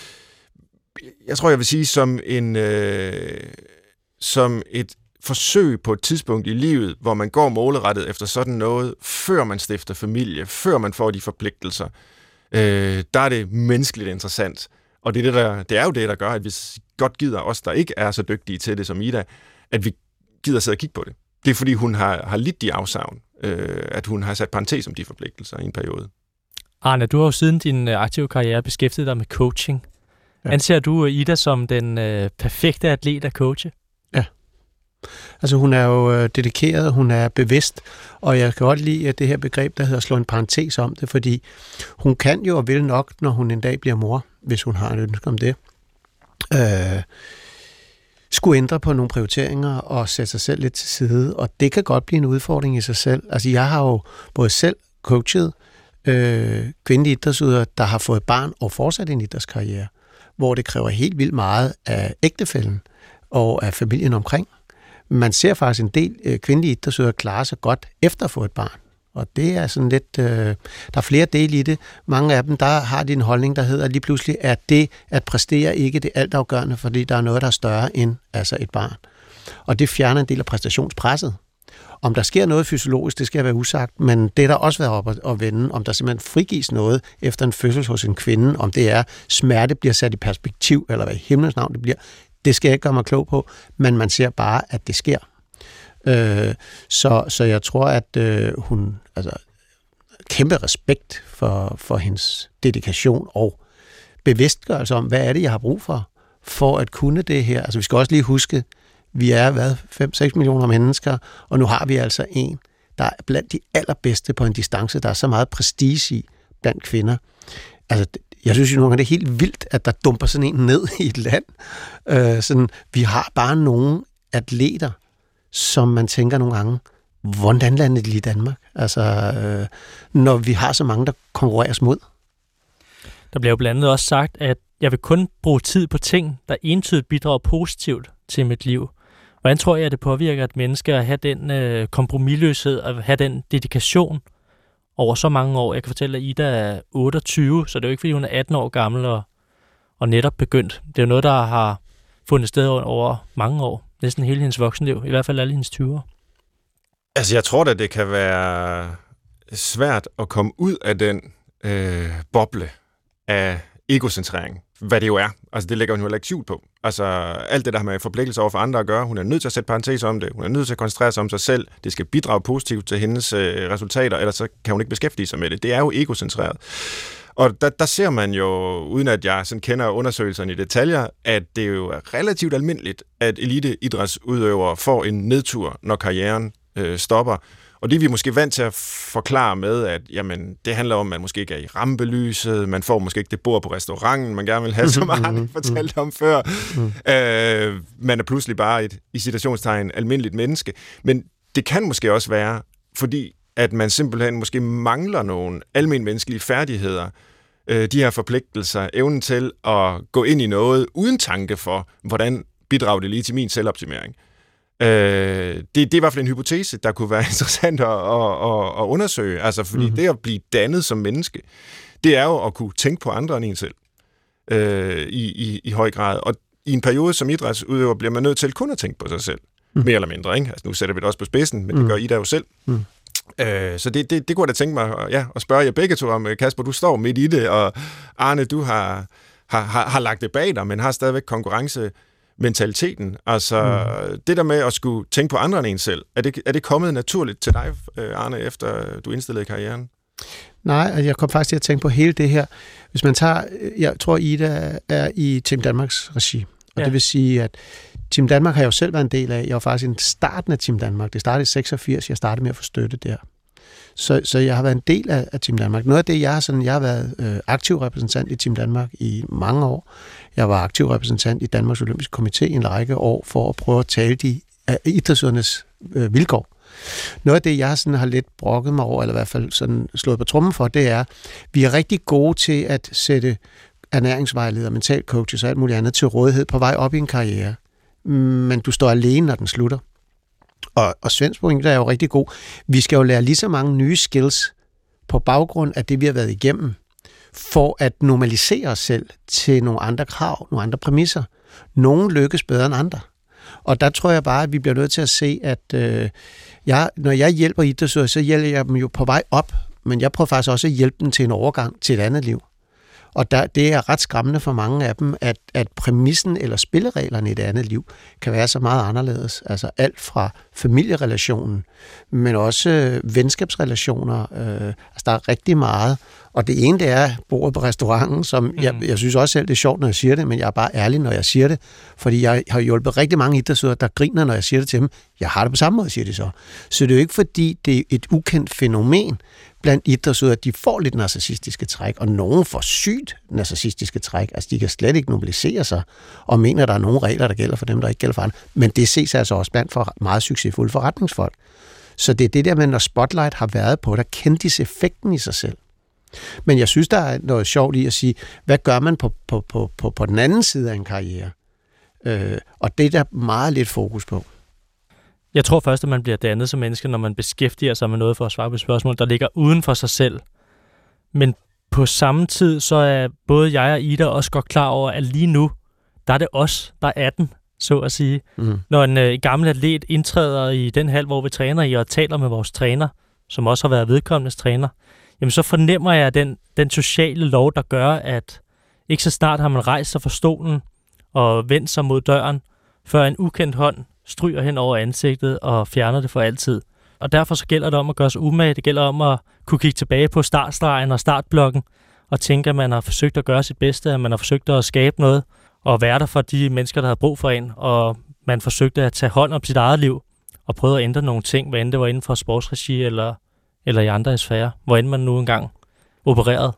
jeg tror, jeg vil sige, som en øh, som et forsøg på et tidspunkt i livet, hvor man går målrettet efter sådan noget, før man stifter familie, før man får de forpligtelser, øh, der er det menneskeligt interessant. Og det er, det, der, det er jo det, der gør, at vi godt gider os, der ikke er så dygtige til det som Ida, at vi gider sidde og kigge på det. Det er, fordi hun har, har lidt de afsavn, øh, at hun har sat parentes om de forpligtelser i en periode. Arne, du har jo siden din aktive karriere beskæftiget dig med coaching. Ja. Anser du Ida som den øh, perfekte atlet at coache? Ja. Altså hun er jo øh, dedikeret, hun er bevidst, og jeg kan godt lide at det her begreb, der hedder slå en parentes om det, fordi hun kan jo og vil nok, når hun en dag bliver mor, hvis hun har et ønske om det, øh, skulle ændre på nogle prioriteringer og sætte sig selv lidt til side, og det kan godt blive en udfordring i sig selv. Altså jeg har jo både selv coachet øh, kvindelige idrætsudøvere, der har fået barn og fortsat en idrætskarriere, hvor det kræver helt vildt meget af ægtefælden og af familien omkring. Man ser faktisk en del øh, kvindelige idrætsudøvere klare sig godt efter at få et barn. Og det er sådan lidt... Øh, der er flere dele i det. Mange af dem, der har de en holdning, der hedder lige pludselig, at det at præstere ikke det altafgørende, fordi der er noget, der er større end altså et barn. Og det fjerner en del af præstationspresset. Om der sker noget fysiologisk, det skal være usagt, men det er der også været op at vende, om der simpelthen frigives noget efter en fødsel hos en kvinde, om det er smerte bliver sat i perspektiv, eller hvad i himlens navn det bliver, det skal jeg ikke gøre mig klog på, men man ser bare, at det sker. Øh, så, så jeg tror, at øh, hun altså kæmpe respekt for, for hendes dedikation og bevidstgørelse om, hvad er det, jeg har brug for, for at kunne det her. Altså vi skal også lige huske, vi er, hvad, fem til seks millioner mennesker, og nu har vi altså en, der er blandt de allerbedste på en distance, der er så meget prestige i blandt kvinder. Altså, jeg synes jo nogle gange, det er helt vildt, at der dumper sådan en ned i et land. Øh, sådan, vi har bare nogle atleter, som man tænker nogle gange, hvordan lander de i Danmark? Altså, øh, når vi har så mange, der konkurreres mod. Der bliver jo blandt andet også sagt, at jeg vil kun bruge tid på ting, der entydigt bidrager positivt til mit liv. Hvordan tror jeg, at det påvirker et menneske at have den øh, kompromisløshed, at have den dedikation over så mange år? Jeg kan fortælle, at Ida er otteogtyve, så det er jo ikke, fordi hun er atten år gammel og, og netop begyndt. Det er jo noget, der har fundet sted over mange år. Næsten hele hendes voksenliv, i hvert fald alle hendes tyvere. Altså, jeg tror da, det kan være svært at komme ud af den øh, boble af egocentrering, hvad det jo er. Altså, det lægger hun jo heller ikke skjult på. Altså, alt det, der har med forpligtelser over for andre at gøre, hun er nødt til at sætte parenteser om det. Hun er nødt til at koncentrere sig om sig selv. Det skal bidrage positivt til hendes øh, resultater, ellers så kan hun ikke beskæftige sig med det. Det er jo egocentreret. Og der, der ser man jo, uden at jeg sådan kender undersøgelserne i detaljer, at det jo er relativt almindeligt, at eliteidrætsudøvere får en nedtur, når karrieren øh, stopper. Og det er vi måske vant til at forklare med, at jamen, det handler om, at man måske ikke er i rampelyset, man får måske ikke det bord på restauranten, man gerne vil have, som Arne fortalte om før. øh, man er pludselig bare et, i citationstegn, almindeligt menneske. Men det kan måske også være, fordi at man simpelthen måske mangler nogle almenmenneskelige færdigheder, øh, de her forpligtelser, evnen til at gå ind i noget uden tanke for, hvordan bidrager det lige til min selvoptimering. Øh, det, det er i hvert fald en hypotese, der kunne være interessant at, at, at undersøge. Altså, fordi mm-hmm. det at blive dannet som menneske, det er jo at kunne tænke på andre end en selv øh, i, i, i høj grad. Og i en periode som idrætsudøver bliver man nødt til kun at tænke på sig selv. Mm. Mere eller mindre, ikke? Altså, nu sætter vi det også på spidsen, men mm. det gør Ida jo selv. Mm. Øh, så det, det, det kunne jeg da tænke mig ja, at spørge jer begge to om. Kasper, du står midt i det, og Arne, du har, har, har, har lagt det bag dig, men har stadigvæk konkurrence mentaliteten. Altså, mm. det der med at skulle tænke på andre end en selv, er det, er det kommet naturligt til dig, Arne, efter du indstillede karrieren? Nej, jeg kom faktisk til at tænke på hele det her. Hvis man tager, jeg tror, Ida er i Team Danmarks regi, og ja. Det vil sige, at Team Danmark har jeg jo selv været en del af. Jeg var faktisk i starten af Team Danmark. Det startede i seksogfirs, jeg startede med at få støtte der. Så, så jeg har været en del af, af Team Danmark. Noget af det, jeg har, sådan, jeg har været øh, aktiv repræsentant i Team Danmark i mange år. Jeg var aktiv repræsentant i Danmarks Olympiske Komité i en række år for at prøve at tale de uh, idrætsudøvernes uh, vilkår. Noget af det, jeg sådan har lidt brokket mig over, eller i hvert fald sådan slået på trummen for, det er, vi er rigtig gode til at sætte ernæringsvejledere, mentalcoaches og alt muligt andet til rådighed på vej op i en karriere. Men du står alene, når den slutter. Og, og Svends pointe er jo rigtig god. Vi skal jo lære lige så mange nye skills på baggrund af det, vi har været igennem, for at normalisere os selv til nogle andre krav, nogle andre præmisser. Nogle lykkes bedre end andre. Og der tror jeg bare, at vi bliver nødt til at se, at øh, jeg, når jeg hjælper idrætsudøvere, så hjælper jeg dem jo på vej op, men jeg prøver faktisk også at hjælpe dem til en overgang til et andet liv. Og der, det er ret skræmmende for mange af dem, at, at præmissen eller spillereglerne i et andet liv kan være så meget anderledes. Altså alt fra familierelationen, men også øh, venskabsrelationer. Øh, altså der er rigtig meget. Og det ene, det er bordet på restauranten, som mm. jeg, jeg synes også selv, det er sjovt, når jeg siger det, men jeg er bare ærlig, når jeg siger det. Fordi jeg har hjulpet rigtig mange idrætsudøvere, der griner, når jeg siger det til dem. Jeg har det på samme måde, siger de så. Så det er jo ikke, fordi det er et ukendt fænomen blandt idrætsudøvere, at de får lidt narcissistiske træk, og nogen får sygt narcissistiske træk. Altså, de kan slet ikke mobilisere sig og mener, at der er nogle regler, der gælder for dem, der ikke gælder for andre. Men det ses altså også blandt for meget succesfulde forretningsfolk. Så det er det der med, når Spotlight har været på, der kendte effekten i sig selv. Men jeg synes, der er noget sjovt i at sige, hvad gør man på, på, på, på, på den anden side af en karriere? Øh, og det er der meget lidt fokus på. Jeg tror først, at man bliver dannet som menneske, når man beskæftiger sig med noget for at svare på spørgsmål, der ligger uden for sig selv. Men på samme tid, så er både jeg og Ida også godt klar over, at lige nu, der er det os, der er den, så at sige. Mm. Når en øh, gammel atlet indtræder i den hal, hvor vi træner i, og taler med vores træner, som også har været vedkommendes træner, jamen så fornemmer jeg den, den sociale lov, der gør, at ikke så snart har man rejst sig fra stolen og vendt sig mod døren, før en ukendt hånd stryger hen over ansigtet og fjerner det for altid. Og derfor så gælder det om at gøre sig umage. Det gælder om at kunne kigge tilbage på startstregen og startblokken og tænke, at man har forsøgt at gøre sit bedste, at man har forsøgt at skabe noget og være der for de mennesker, der har brug for en, og man forsøgte at tage hånd om sit eget liv og prøve at ændre nogle ting, hvad end det var inden for sportsregi eller, eller i andre sfærer, hvor end man nu engang opererede.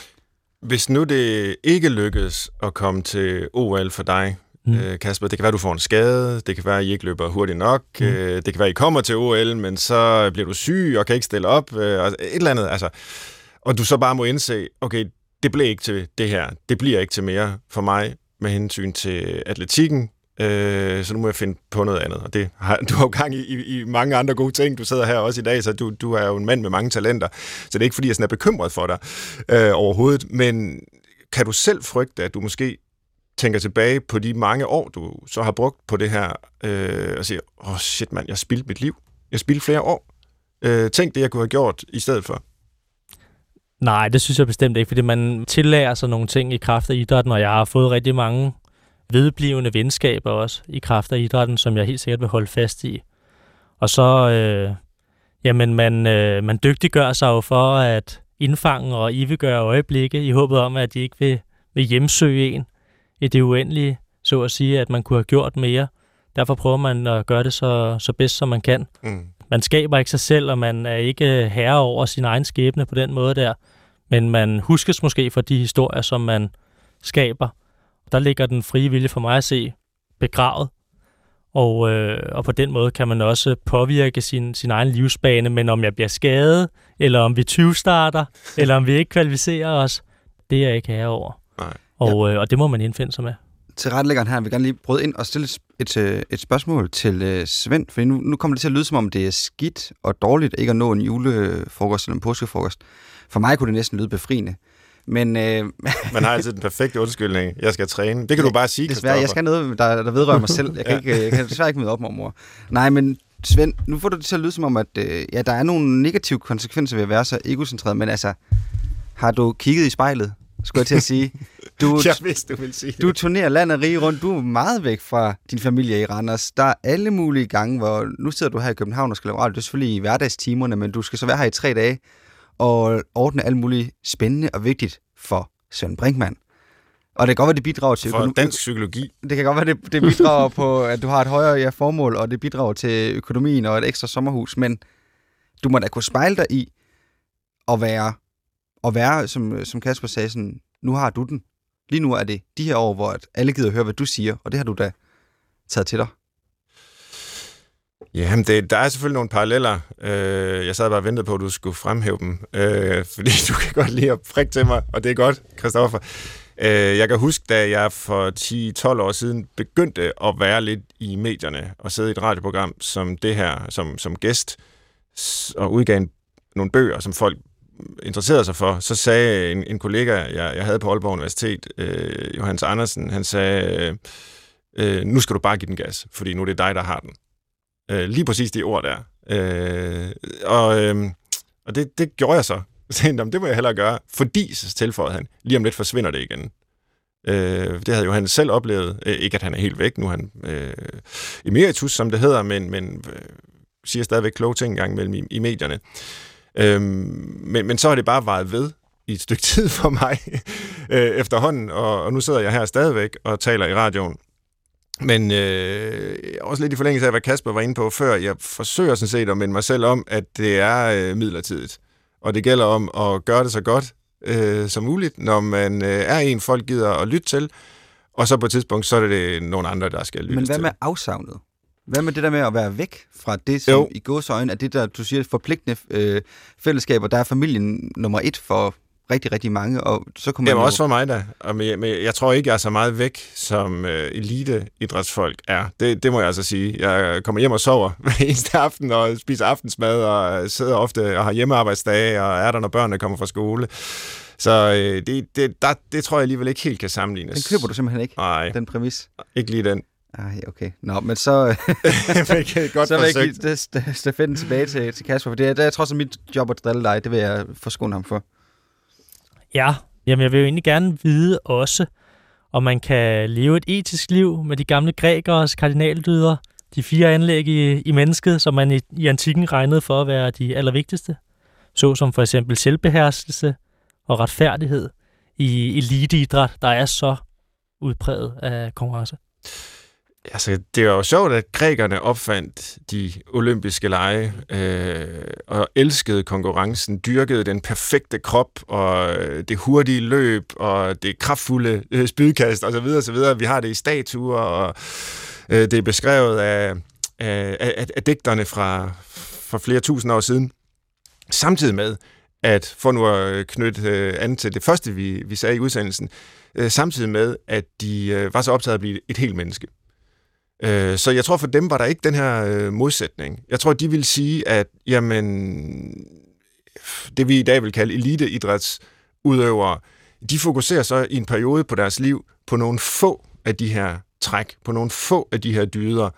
Hvis nu det ikke lykkes at komme til O L for dig, Mm. Kasper, det kan være, at du får en skade, det kan være, at I ikke løber hurtigt nok, mm. det kan være, at I kommer til O L, men så bliver du syg og kan ikke stille op, et eller andet, altså. Og du så bare må indse, okay, det bliver ikke til det her, det bliver ikke til mere for mig med hensyn til atletikken, så nu må jeg finde på noget andet. Og det har, du har jo gang i, i, i mange andre gode ting, du sidder her også i dag, så du, du er jo en mand med mange talenter, så det er ikke, fordi jeg sådan er bekymret for dig øh, overhovedet, men kan du selv frygte, at du måske tænker tilbage på de mange år, du så har brugt på det her, øh, og siger, åh oh, shit mand, jeg spildte mit liv. Jeg spildte flere år. Øh, tænk det, jeg kunne have gjort i stedet for. Nej, det synes jeg bestemt ikke, fordi man tillærer sig nogle ting i kraft af idrætten, og jeg har fået rigtig mange vedblivende venskaber også i kraft af idrætten, som jeg helt sikkert vil holde fast i. Og så, øh, jamen man, øh, man dygtiggør sig jo for at indfange og ivegøre øjeblikke, i håbet om, at de ikke vil, vil hjemsøge en i det uendelige, så at sige, at man kunne have gjort mere. Derfor prøver man at gøre det så, så bedst, som man kan. Mm. Man skaber ikke sig selv, og man er ikke herre over sin egen skæbne på den måde der. Men man huskes måske for de historier, som man skaber. Der ligger den frie vilje for mig at se begravet. Og, øh, og på den måde kan man også påvirke sin, sin egen livsbane. Men om jeg bliver skadet, eller om vi tyve-starter, eller om vi ikke kvalificerer os, det er jeg ikke herre over. Nej. Og, ja. øh, og det må man indfinde sig med. Til retlæggeren her vil gerne lige bryde ind og stille et, et, et spørgsmål til uh, Svend, for nu, nu kommer det til at lyde, som om det er skidt og dårligt ikke at nå en julefrokost eller en påskefrokost. For mig kunne det næsten lyde befriende. Men, øh, man har altid den perfekte undskyldning. Jeg skal træne. Det kan du bare sige, desværre, jeg skal noget, der, der vedrører mig selv. Jeg kan, ikke, jeg kan desværre ikke møde op, mormor. Nej, men Svend, nu får du det til at lyde, som om, at øh, ja, der er nogle negative konsekvenser ved at være så egocentreret, men altså, har du kigget i spejlet? Skulle jeg til at sige. Du, jeg vidste, du ville sige det. Du turnerer land og rige rundt. Du er meget væk fra din familie i Randers. Der er alle mulige gange, hvor nu sidder du her i København og skal lave radio. Det er selvfølgelig i hverdagstimerne, men du skal så være her i tre dage og ordne alt muligt spændende og vigtigt for Søren Brinkmann. Og det kan godt være, det bidrager til... For dansk psykologi. Det kan godt være, det, det bidrager på, at du har et højere ja, formål, og det bidrager til økonomien og et ekstra sommerhus, men du må da kunne spejle dig i at være... Og være, som, som Kasper sagde, sådan, nu har du den. Lige nu er det de her år, hvor alle gider høre, hvad du siger, og det har du da taget til dig. Jamen, det, der er selvfølgelig nogle paralleller. Øh, jeg sad bare og ventede på, at du skulle fremhæve dem, øh, fordi du kan godt lide at prikke til mig, og det er godt, Christoffer. Øh, jeg kan huske, da jeg for ti tolv år siden begyndte at være lidt i medierne og sidde i et radioprogram som det her, som, som gæst, og udgav en, nogle bøger, som folk interesserede sig for, så sagde en, en kollega, jeg, jeg havde på Aalborg Universitet, øh, Johannes Andersen, han sagde, øh, nu skal du bare give den gas, fordi nu er det dig, der har den. Øh, lige præcis de ord der. Øh, og øh, og det, det gjorde jeg så. Så tænkte jeg, det må jeg hellere gøre, fordi, så tilføjede han, lige om lidt forsvinder det igen. Øh, det havde jo han selv oplevet. Øh, ikke, at han er helt væk, nu er han øh, emeritus, som det hedder, men, men øh, siger stadigvæk kloge ting engang mellem i, i medierne. Øh, men, men så har det bare varet ved i et stykke tid for mig øh, efterhånden, og, og nu sidder jeg her stadigvæk og taler i radioen. Men øh, også lidt i forlængelse af, hvad Kasper var inde på før, jeg forsøger sådan set at minde mig selv om, at det er øh, midlertidigt. Og det gælder om at gøre det så godt øh, som muligt, når man øh, er en, folk gider at lytte til, og så på et tidspunkt, så er det nogle andre, der skal lytte til. Men hvad med afsavnet? Hvad med det der med at være væk fra det, som jo. I gåseøjne er det, der, du siger, forpligtende øh, fællesskaber, der er familien nummer et for rigtig, rigtig mange, og så kunne man Jamen jo... også for mig da, og men, men jeg tror ikke, jeg er så meget væk, som øh, eliteidrætsfolk er. Det, det må jeg altså sige. Jeg kommer hjem og sover hver eneste aften, og spiser aftensmad, og sidder ofte og har hjemmearbejdsdage, og er der, når børnene kommer fra skole. Så øh, det, det, der, det tror jeg alligevel ikke helt kan sammenlignes. Den køber du simpelthen ikke, Nej. Den præmis? Ikke lige den. Ej, okay. Nå, men så... godt så vil jeg give stafetten tilbage til, til Kasper, for det er, det er trods alt mit job at drille dig. Det vil jeg forskåne ham for. Ja, jamen jeg vil jo egentlig gerne vide også, om man kan leve et etisk liv med de gamle grækeres kardinaldyder, de fire anlæg i, i mennesket, som man i, i antikken regnede for at være de allervigtigste, såsom for eksempel selvbeherskelse og retfærdighed i eliteidræt, der er så udpræget af konkurrence. Altså, det er jo sjovt, at grækerne opfandt de olympiske lege øh, og elskede konkurrencen, dyrkede den perfekte krop og det hurtige løb og det kraftfulde øh, spydkast osv. osv. Vi har det i statuer, og øh, det er beskrevet af, af, af, af digterne fra, fra flere tusind år siden. Samtidig med, at for nu at knytte øh, an til det første, vi, vi sagde i udsendelsen, øh, samtidig med, at de øh, var så optaget af at blive et helt menneske. Så jeg tror, for dem var der ikke den her modsætning. Jeg tror, de vil sige, at jamen, det vi i dag vil kalde eliteidrætsudøvere, de fokuserer så i en periode på deres liv på nogle få af de her træk, på nogle få af de her dyder.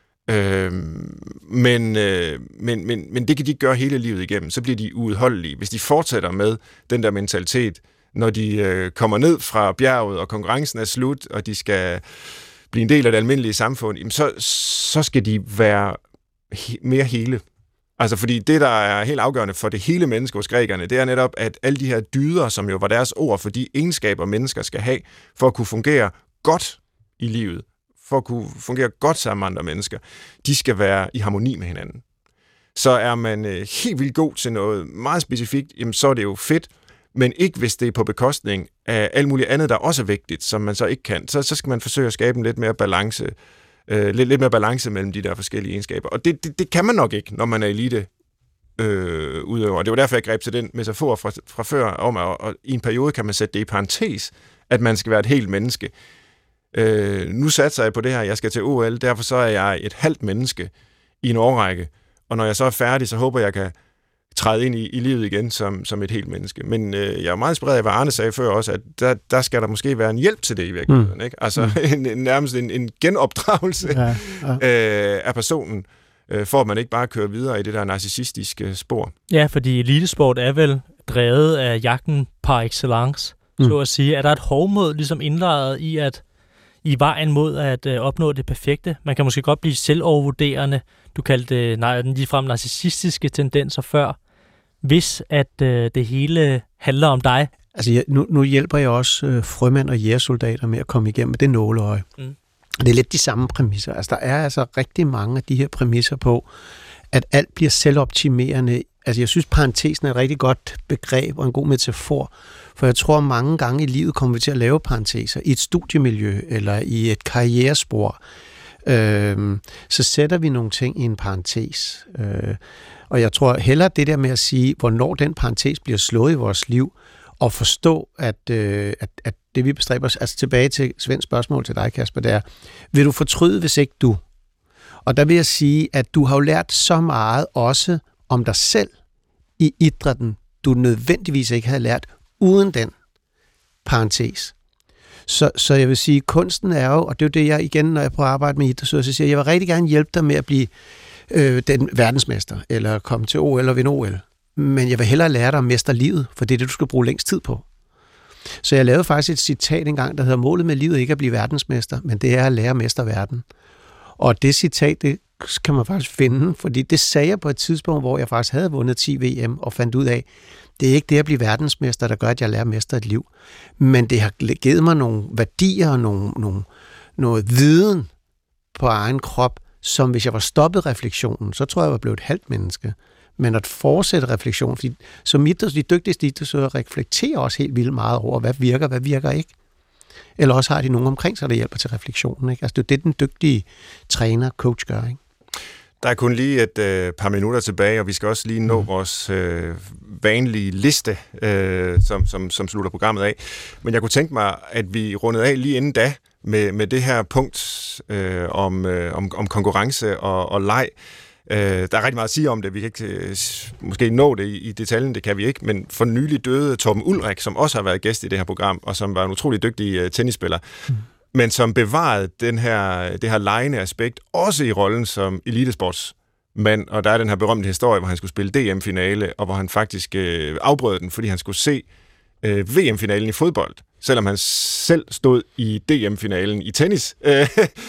Men, men, men, men det kan de gøre hele livet igennem. Så bliver de uudholdelige. Hvis de fortsætter med den der mentalitet, når de kommer ned fra bjerget, og konkurrencen er slut, og de skal blive en del af det almindelige samfund, jamen så, så skal de være he- mere hele. Altså fordi det, der er helt afgørende for det hele menneske hos grækerne, det er netop, at alle de her dyder, som jo var deres ord for de egenskaber, mennesker skal have, for at kunne fungere godt i livet, for at kunne fungere godt sammen med andre mennesker, de skal være i harmoni med hinanden. Så er man øh, helt vildt god til noget meget specifikt, jamen så er det jo fedt, men ikke hvis det er på bekostning af alt muligt andet, der også er vigtigt, som man så ikke kan. Så, så skal man forsøge at skabe en lidt mere balance, øh, lidt, lidt mere balance mellem de der forskellige egenskaber. Og det, det, det kan man nok ikke, når man er elite øh, udøver. Det var derfor, jeg greb til den metafor fra, fra før om, at og, og i en periode kan man sætte det i parentes, at man skal være et helt menneske. Øh, nu satser jeg på det her, jeg skal til O L, derfor så er jeg et halvt menneske i en årrække. Og når jeg så er færdig, så håber jeg, jeg kan træde ind i, i livet igen som, som et helt menneske. Men øh, jeg er meget inspireret af, hvad Arne sagde før også, at der, der skal der måske være en hjælp til det i virkeligheden. Mm. Ikke? Altså mm. en, en, nærmest en, en genopdragelse ja, ja. Øh, af personen, øh, for at man ikke bare kører videre i det der narcissistiske spor. Ja, fordi elitesport er vel drevet af jagten par excellence, mm. så at sige. Er der et hovmod ligesom indlejret i, at i vejen mod at øh, opnå det perfekte? Man kan måske godt blive selvovervurderende. Du kaldte det nej, den ligefrem narcissistiske tendenser før. Hvis at øh, det hele handler om dig. Altså jeg, nu, nu hjælper jeg også øh, frømænd og jægersoldater med at komme igennem med det nåleøje. Mm. Det er lidt de samme præmisser. Altså der er altså rigtig mange af de her præmisser på, at alt bliver selvoptimerende. Altså jeg synes, parentesen er et rigtig godt begreb og en god metafor, for jeg tror, mange gange i livet kommer vi til at lave parenteser i et studiemiljø eller i et karrierespor. øh, så sætter vi nogle ting i en parentes. Øh, og jeg tror hellere det der med at sige, hvornår den parentes bliver slået i vores liv, og forstå, at, øh, at, at det vi bestræber os, altså tilbage til Svends spørgsmål til dig, Kasper, det er, vil du fortryde, hvis ikke du? Og der vil jeg sige, at du har jo lært så meget også om dig selv i idrætten, du nødvendigvis ikke havde lært uden den parentes. Så, så jeg vil sige, kunsten er jo, og det er jo det, jeg igen, når jeg prøver at arbejde med idræt, så siger jeg, jeg vil rigtig gerne hjælpe dig med at blive øh, den verdensmester, eller komme til O L og vinde O L. Men jeg vil hellere lære dig at mestre livet, for det er det, du skal bruge længst tid på. Så jeg lavede faktisk et citat engang, der hedder, målet med livet ikke at blive verdensmester, men det er at lære at mestre verden. Og det citat, det kan man faktisk finde, fordi det sagde jeg på et tidspunkt, hvor jeg faktisk havde vundet ti V M og fandt ud af, det er ikke det at blive verdensmester, der gør, at jeg lærer at mestre et liv. Men det har givet mig nogle værdier og nogle, nogle, noget viden på egen krop, som hvis jeg var stoppet refleksionen, så tror jeg, jeg var blevet et halvt menneske. Men at fortsætte refleksionen, fordi som idræts, de dygtigste idrætsudøvere reflekterer også helt vildt meget over, hvad virker, hvad virker ikke. Eller også har de nogen omkring sig, der hjælper til refleksionen. Ikke? Altså det er det, den dygtige træner, coach gør. Ikke? Der er kun lige et øh, par minutter tilbage, og vi skal også lige nå mm. vores øh, vanlige liste, øh, som, som, som slutter programmet af. Men jeg kunne tænke mig, at vi rundede af lige inden da med, med det her punkt øh, om, øh, om, om konkurrence og, og leg. Øh, der er rigtig meget at sige om det. Vi kan ikke øh, måske nå det i, i detaljen, det kan vi ikke. Men for nylig døde Torben Ulrik, som også har været gæst i det her program, og som var en utrolig dygtig øh, tennisspiller. Mm. Men som bevarede den her, det her legende aspekt, også i rollen som elitesportsmand. Og der er den her berømte historie, hvor han skulle spille D M-finale, og hvor han faktisk øh, afbrød den, fordi han skulle se øh, V M-finalen i fodbold, selvom han selv stod i D M-finalen i tennis. øh,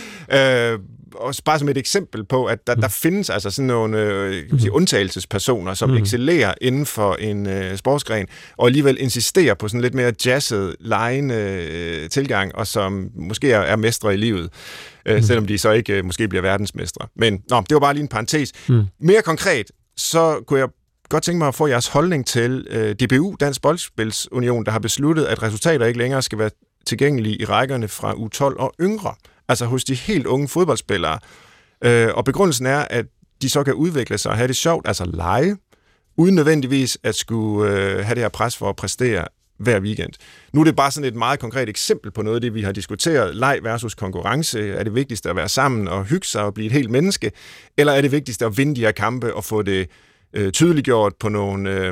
øh, også bare som et eksempel på, at der, der findes altså sådan nogle øh, kan man sige, undtagelsespersoner, som mm. excellerer inden for en øh, sportsgren, og alligevel insisterer på sådan lidt mere jazzet, legende øh, tilgang, og som måske er, er mestre i livet, øh, mm. selvom de så ikke øh, måske bliver verdensmestre. Men nå, det var bare lige en parentes. Mm. Mere konkret, så kunne jeg godt tænke mig at få jeres holdning til øh, D B U, Dansk Boldspilsunion, der har besluttet, at resultater ikke længere skal være tilgængelige i rækkerne fra U tolv og yngre. Altså hos de helt unge fodboldspillere. Øh, og begrundelsen er, at de så kan udvikle sig og have det sjovt, altså lege, uden nødvendigvis at skulle øh, have det her pres for at præstere hver weekend. Nu er det bare sådan et meget konkret eksempel på noget af det, vi har diskuteret. Leg versus konkurrence. Er det vigtigste at være sammen og hygge sig og blive et helt menneske? Eller er det vigtigste at vinde de her kampe og få det øh, tydeliggjort på nogle øh,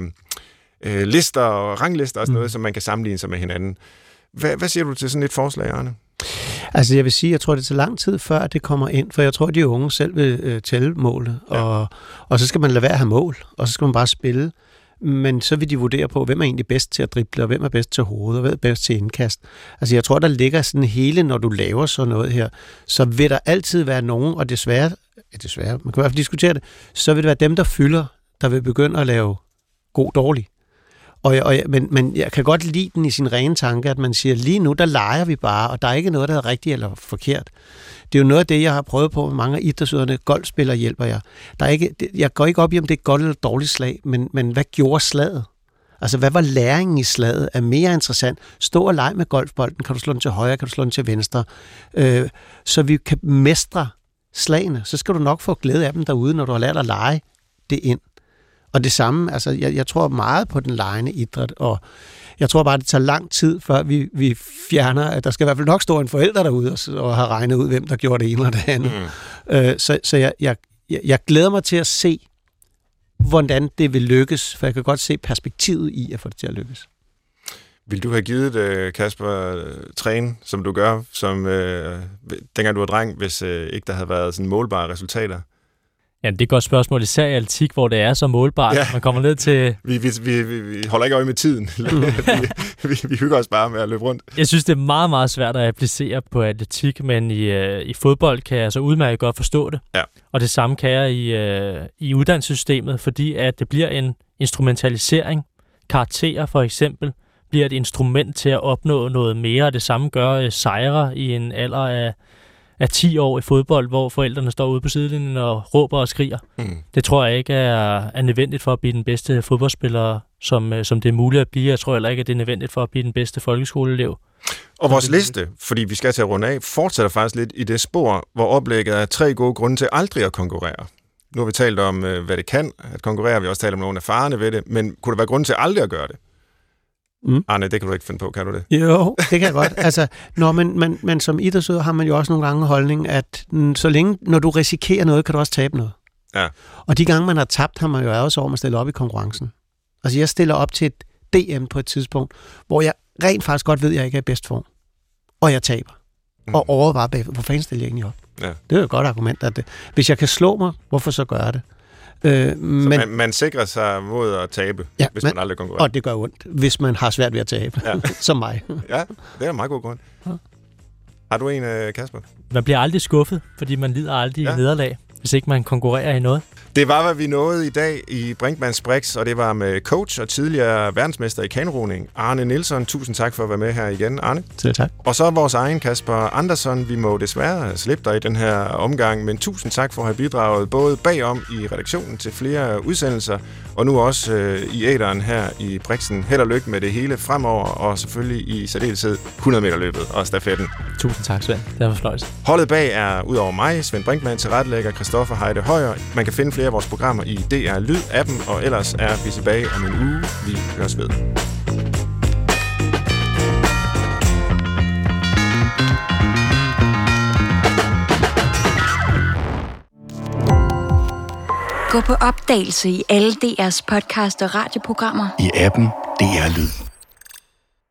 øh, lister og ranglister og sådan noget, mm. som man kan sammenligne sig med hinanden? Hvad, hvad siger du til sådan et forslag, Arne? Altså jeg vil sige, jeg tror, det tager lang tid, før det kommer ind, for jeg tror, at de unge selv vil øh, tælle målet, ja. og, og så skal man lade være at have mål, og så skal man bare spille. Men så vil de vurdere på, hvem er egentlig bedst til at drible, og hvem er bedst til hovedet, og hvem er bedst til indkast. Altså jeg tror, der ligger sådan hele, når du laver sådan noget her, så vil der altid være nogen, og desværre, ja, desværre, man kan i hvert fald diskutere det, så vil det være dem, der fylder, der vil begynde at lave god-dårlig. Og jeg, og jeg, men, men jeg kan godt lide den i sin rene tanke, at man siger, lige nu, der leger vi bare, og der er ikke noget, der er rigtigt eller forkert. Det er jo noget af det, jeg har prøvet på med mange af idrætsudøverne. Golfspillere hjælper jeg. Der er ikke, jeg går ikke op i, om det er godt eller dårligt slag, men, men hvad gjorde slaget? Altså, hvad var læringen i slaget? Er mere interessant. Stå og lege med golfbolden. Kan du slå den til højre? Kan du slå den til venstre? Øh, så vi kan mestre slagene. Så skal du nok få glæde af dem derude, når du har lært at lege det ind. Og det samme, altså jeg, jeg tror meget på den legende idræt, og jeg tror bare, det tager lang tid, før vi, vi fjerner, at der skal i hvert fald nok stå en forælder derude og, og have regnet ud, hvem der gjorde det ene eller det andet. Mm. Øh, så så jeg, jeg, jeg glæder mig til at se, hvordan det vil lykkes, for jeg kan godt se perspektivet i at få det til at lykkes. Vil du have givet det, Kasper, træne, som du gør, som øh, dengang du var dreng, hvis øh, ikke der havde været sådan målbare resultater? Ja, det er et godt spørgsmål, især i atletik, hvor det er så målbart. Ja. Man kommer ned til... Vi, vi, vi, vi holder ikke øje med tiden. vi, vi, vi hygger os bare med at løbe rundt. Jeg synes, det er meget, meget svært at applicere på atletik, men i, øh, i fodbold kan jeg så udmærket godt forstå det. Ja. Og det samme kan jeg i, øh, i uddannelsessystemet, fordi at det bliver en instrumentalisering. Karakterer for eksempel bliver et instrument til at opnå noget mere, og det samme gør øh, sejre i en alder af... af ti år i fodbold, hvor forældrene står ude på sidelinjen og råber og skriger. Mm. Det tror jeg ikke er, er nødvendigt for at blive den bedste fodboldspiller, som, som det er muligt at blive. Jeg tror heller ikke, at det er nødvendigt for at blive den bedste folkeskoleelev. Og vores liste, fordi vi skal til at runde af, fortsætter faktisk lidt i det spor, hvor oplægget er tre gode grunde til aldrig at konkurrere. Nu har vi talt om, hvad det kan at konkurrere, vi har også talt om nogle af farerne ved det, men kunne der være grund til aldrig at gøre det? Mm. Arne, det kan du ikke finde på, kan du det? Jo, det kan jeg godt. Altså, når man, man, man som idrætsudøver har man jo også nogle gange holdning, at så længe, når du risikerer noget, kan du også tabe noget. Ja. Og de gange, man har tabt, har man jo også over at stille op i konkurrencen. Altså, jeg stiller op til et D M på et tidspunkt, hvor jeg rent faktisk godt ved, at jeg ikke er i bedst form. Og jeg taber. Mm. Og overvejer bagved. Hvor fanden stiller jeg egentlig op? Ja. Det er jo et godt argument, at det, hvis jeg kan slå mig, hvorfor så gøre det? Øh, men, man, man sikrer sig mod at tabe, ja, hvis man, man aldrig konkurrerer. Og det gør ondt, hvis man har svært ved at tabe, ja. Som mig. Ja, det er en meget god grund. Ja. Har du en, Kasper? Man bliver aldrig skuffet, fordi man lider aldrig ja. nederlag, hvis ikke man konkurrerer i noget. Det var, hvad vi nåede i dag i Brinkmanns Brix, og det var med coach og tidligere verdensmester i kanorodning, Arne Nielsen. Tusind tak for at være med her igen, Arne. Selv tak. Og så vores egen Kasper Andersson. Vi må desværre slippe dig i den her omgang, men tusind tak for at have bidraget både bagom i redaktionen til flere udsendelser, og nu også øh, i æteren her i Brixen. Held og lykke med det hele fremover, og selvfølgelig i særdeleshed hundrede meter løbet og stafetten. Tusind tak, Svend. Det var fornøjelse. Holdet bag er udover mig, Svend Brinkmann, tilrettelægger Christoffer Heide Højer. Man kan finde flere af vores programmer i D R Lyd-appen, og ellers er vi tilbage om en uge. Vi høres ved. Gå på opdagelse i alle D R's podcast og radioprogrammer. I appen D R Lyd.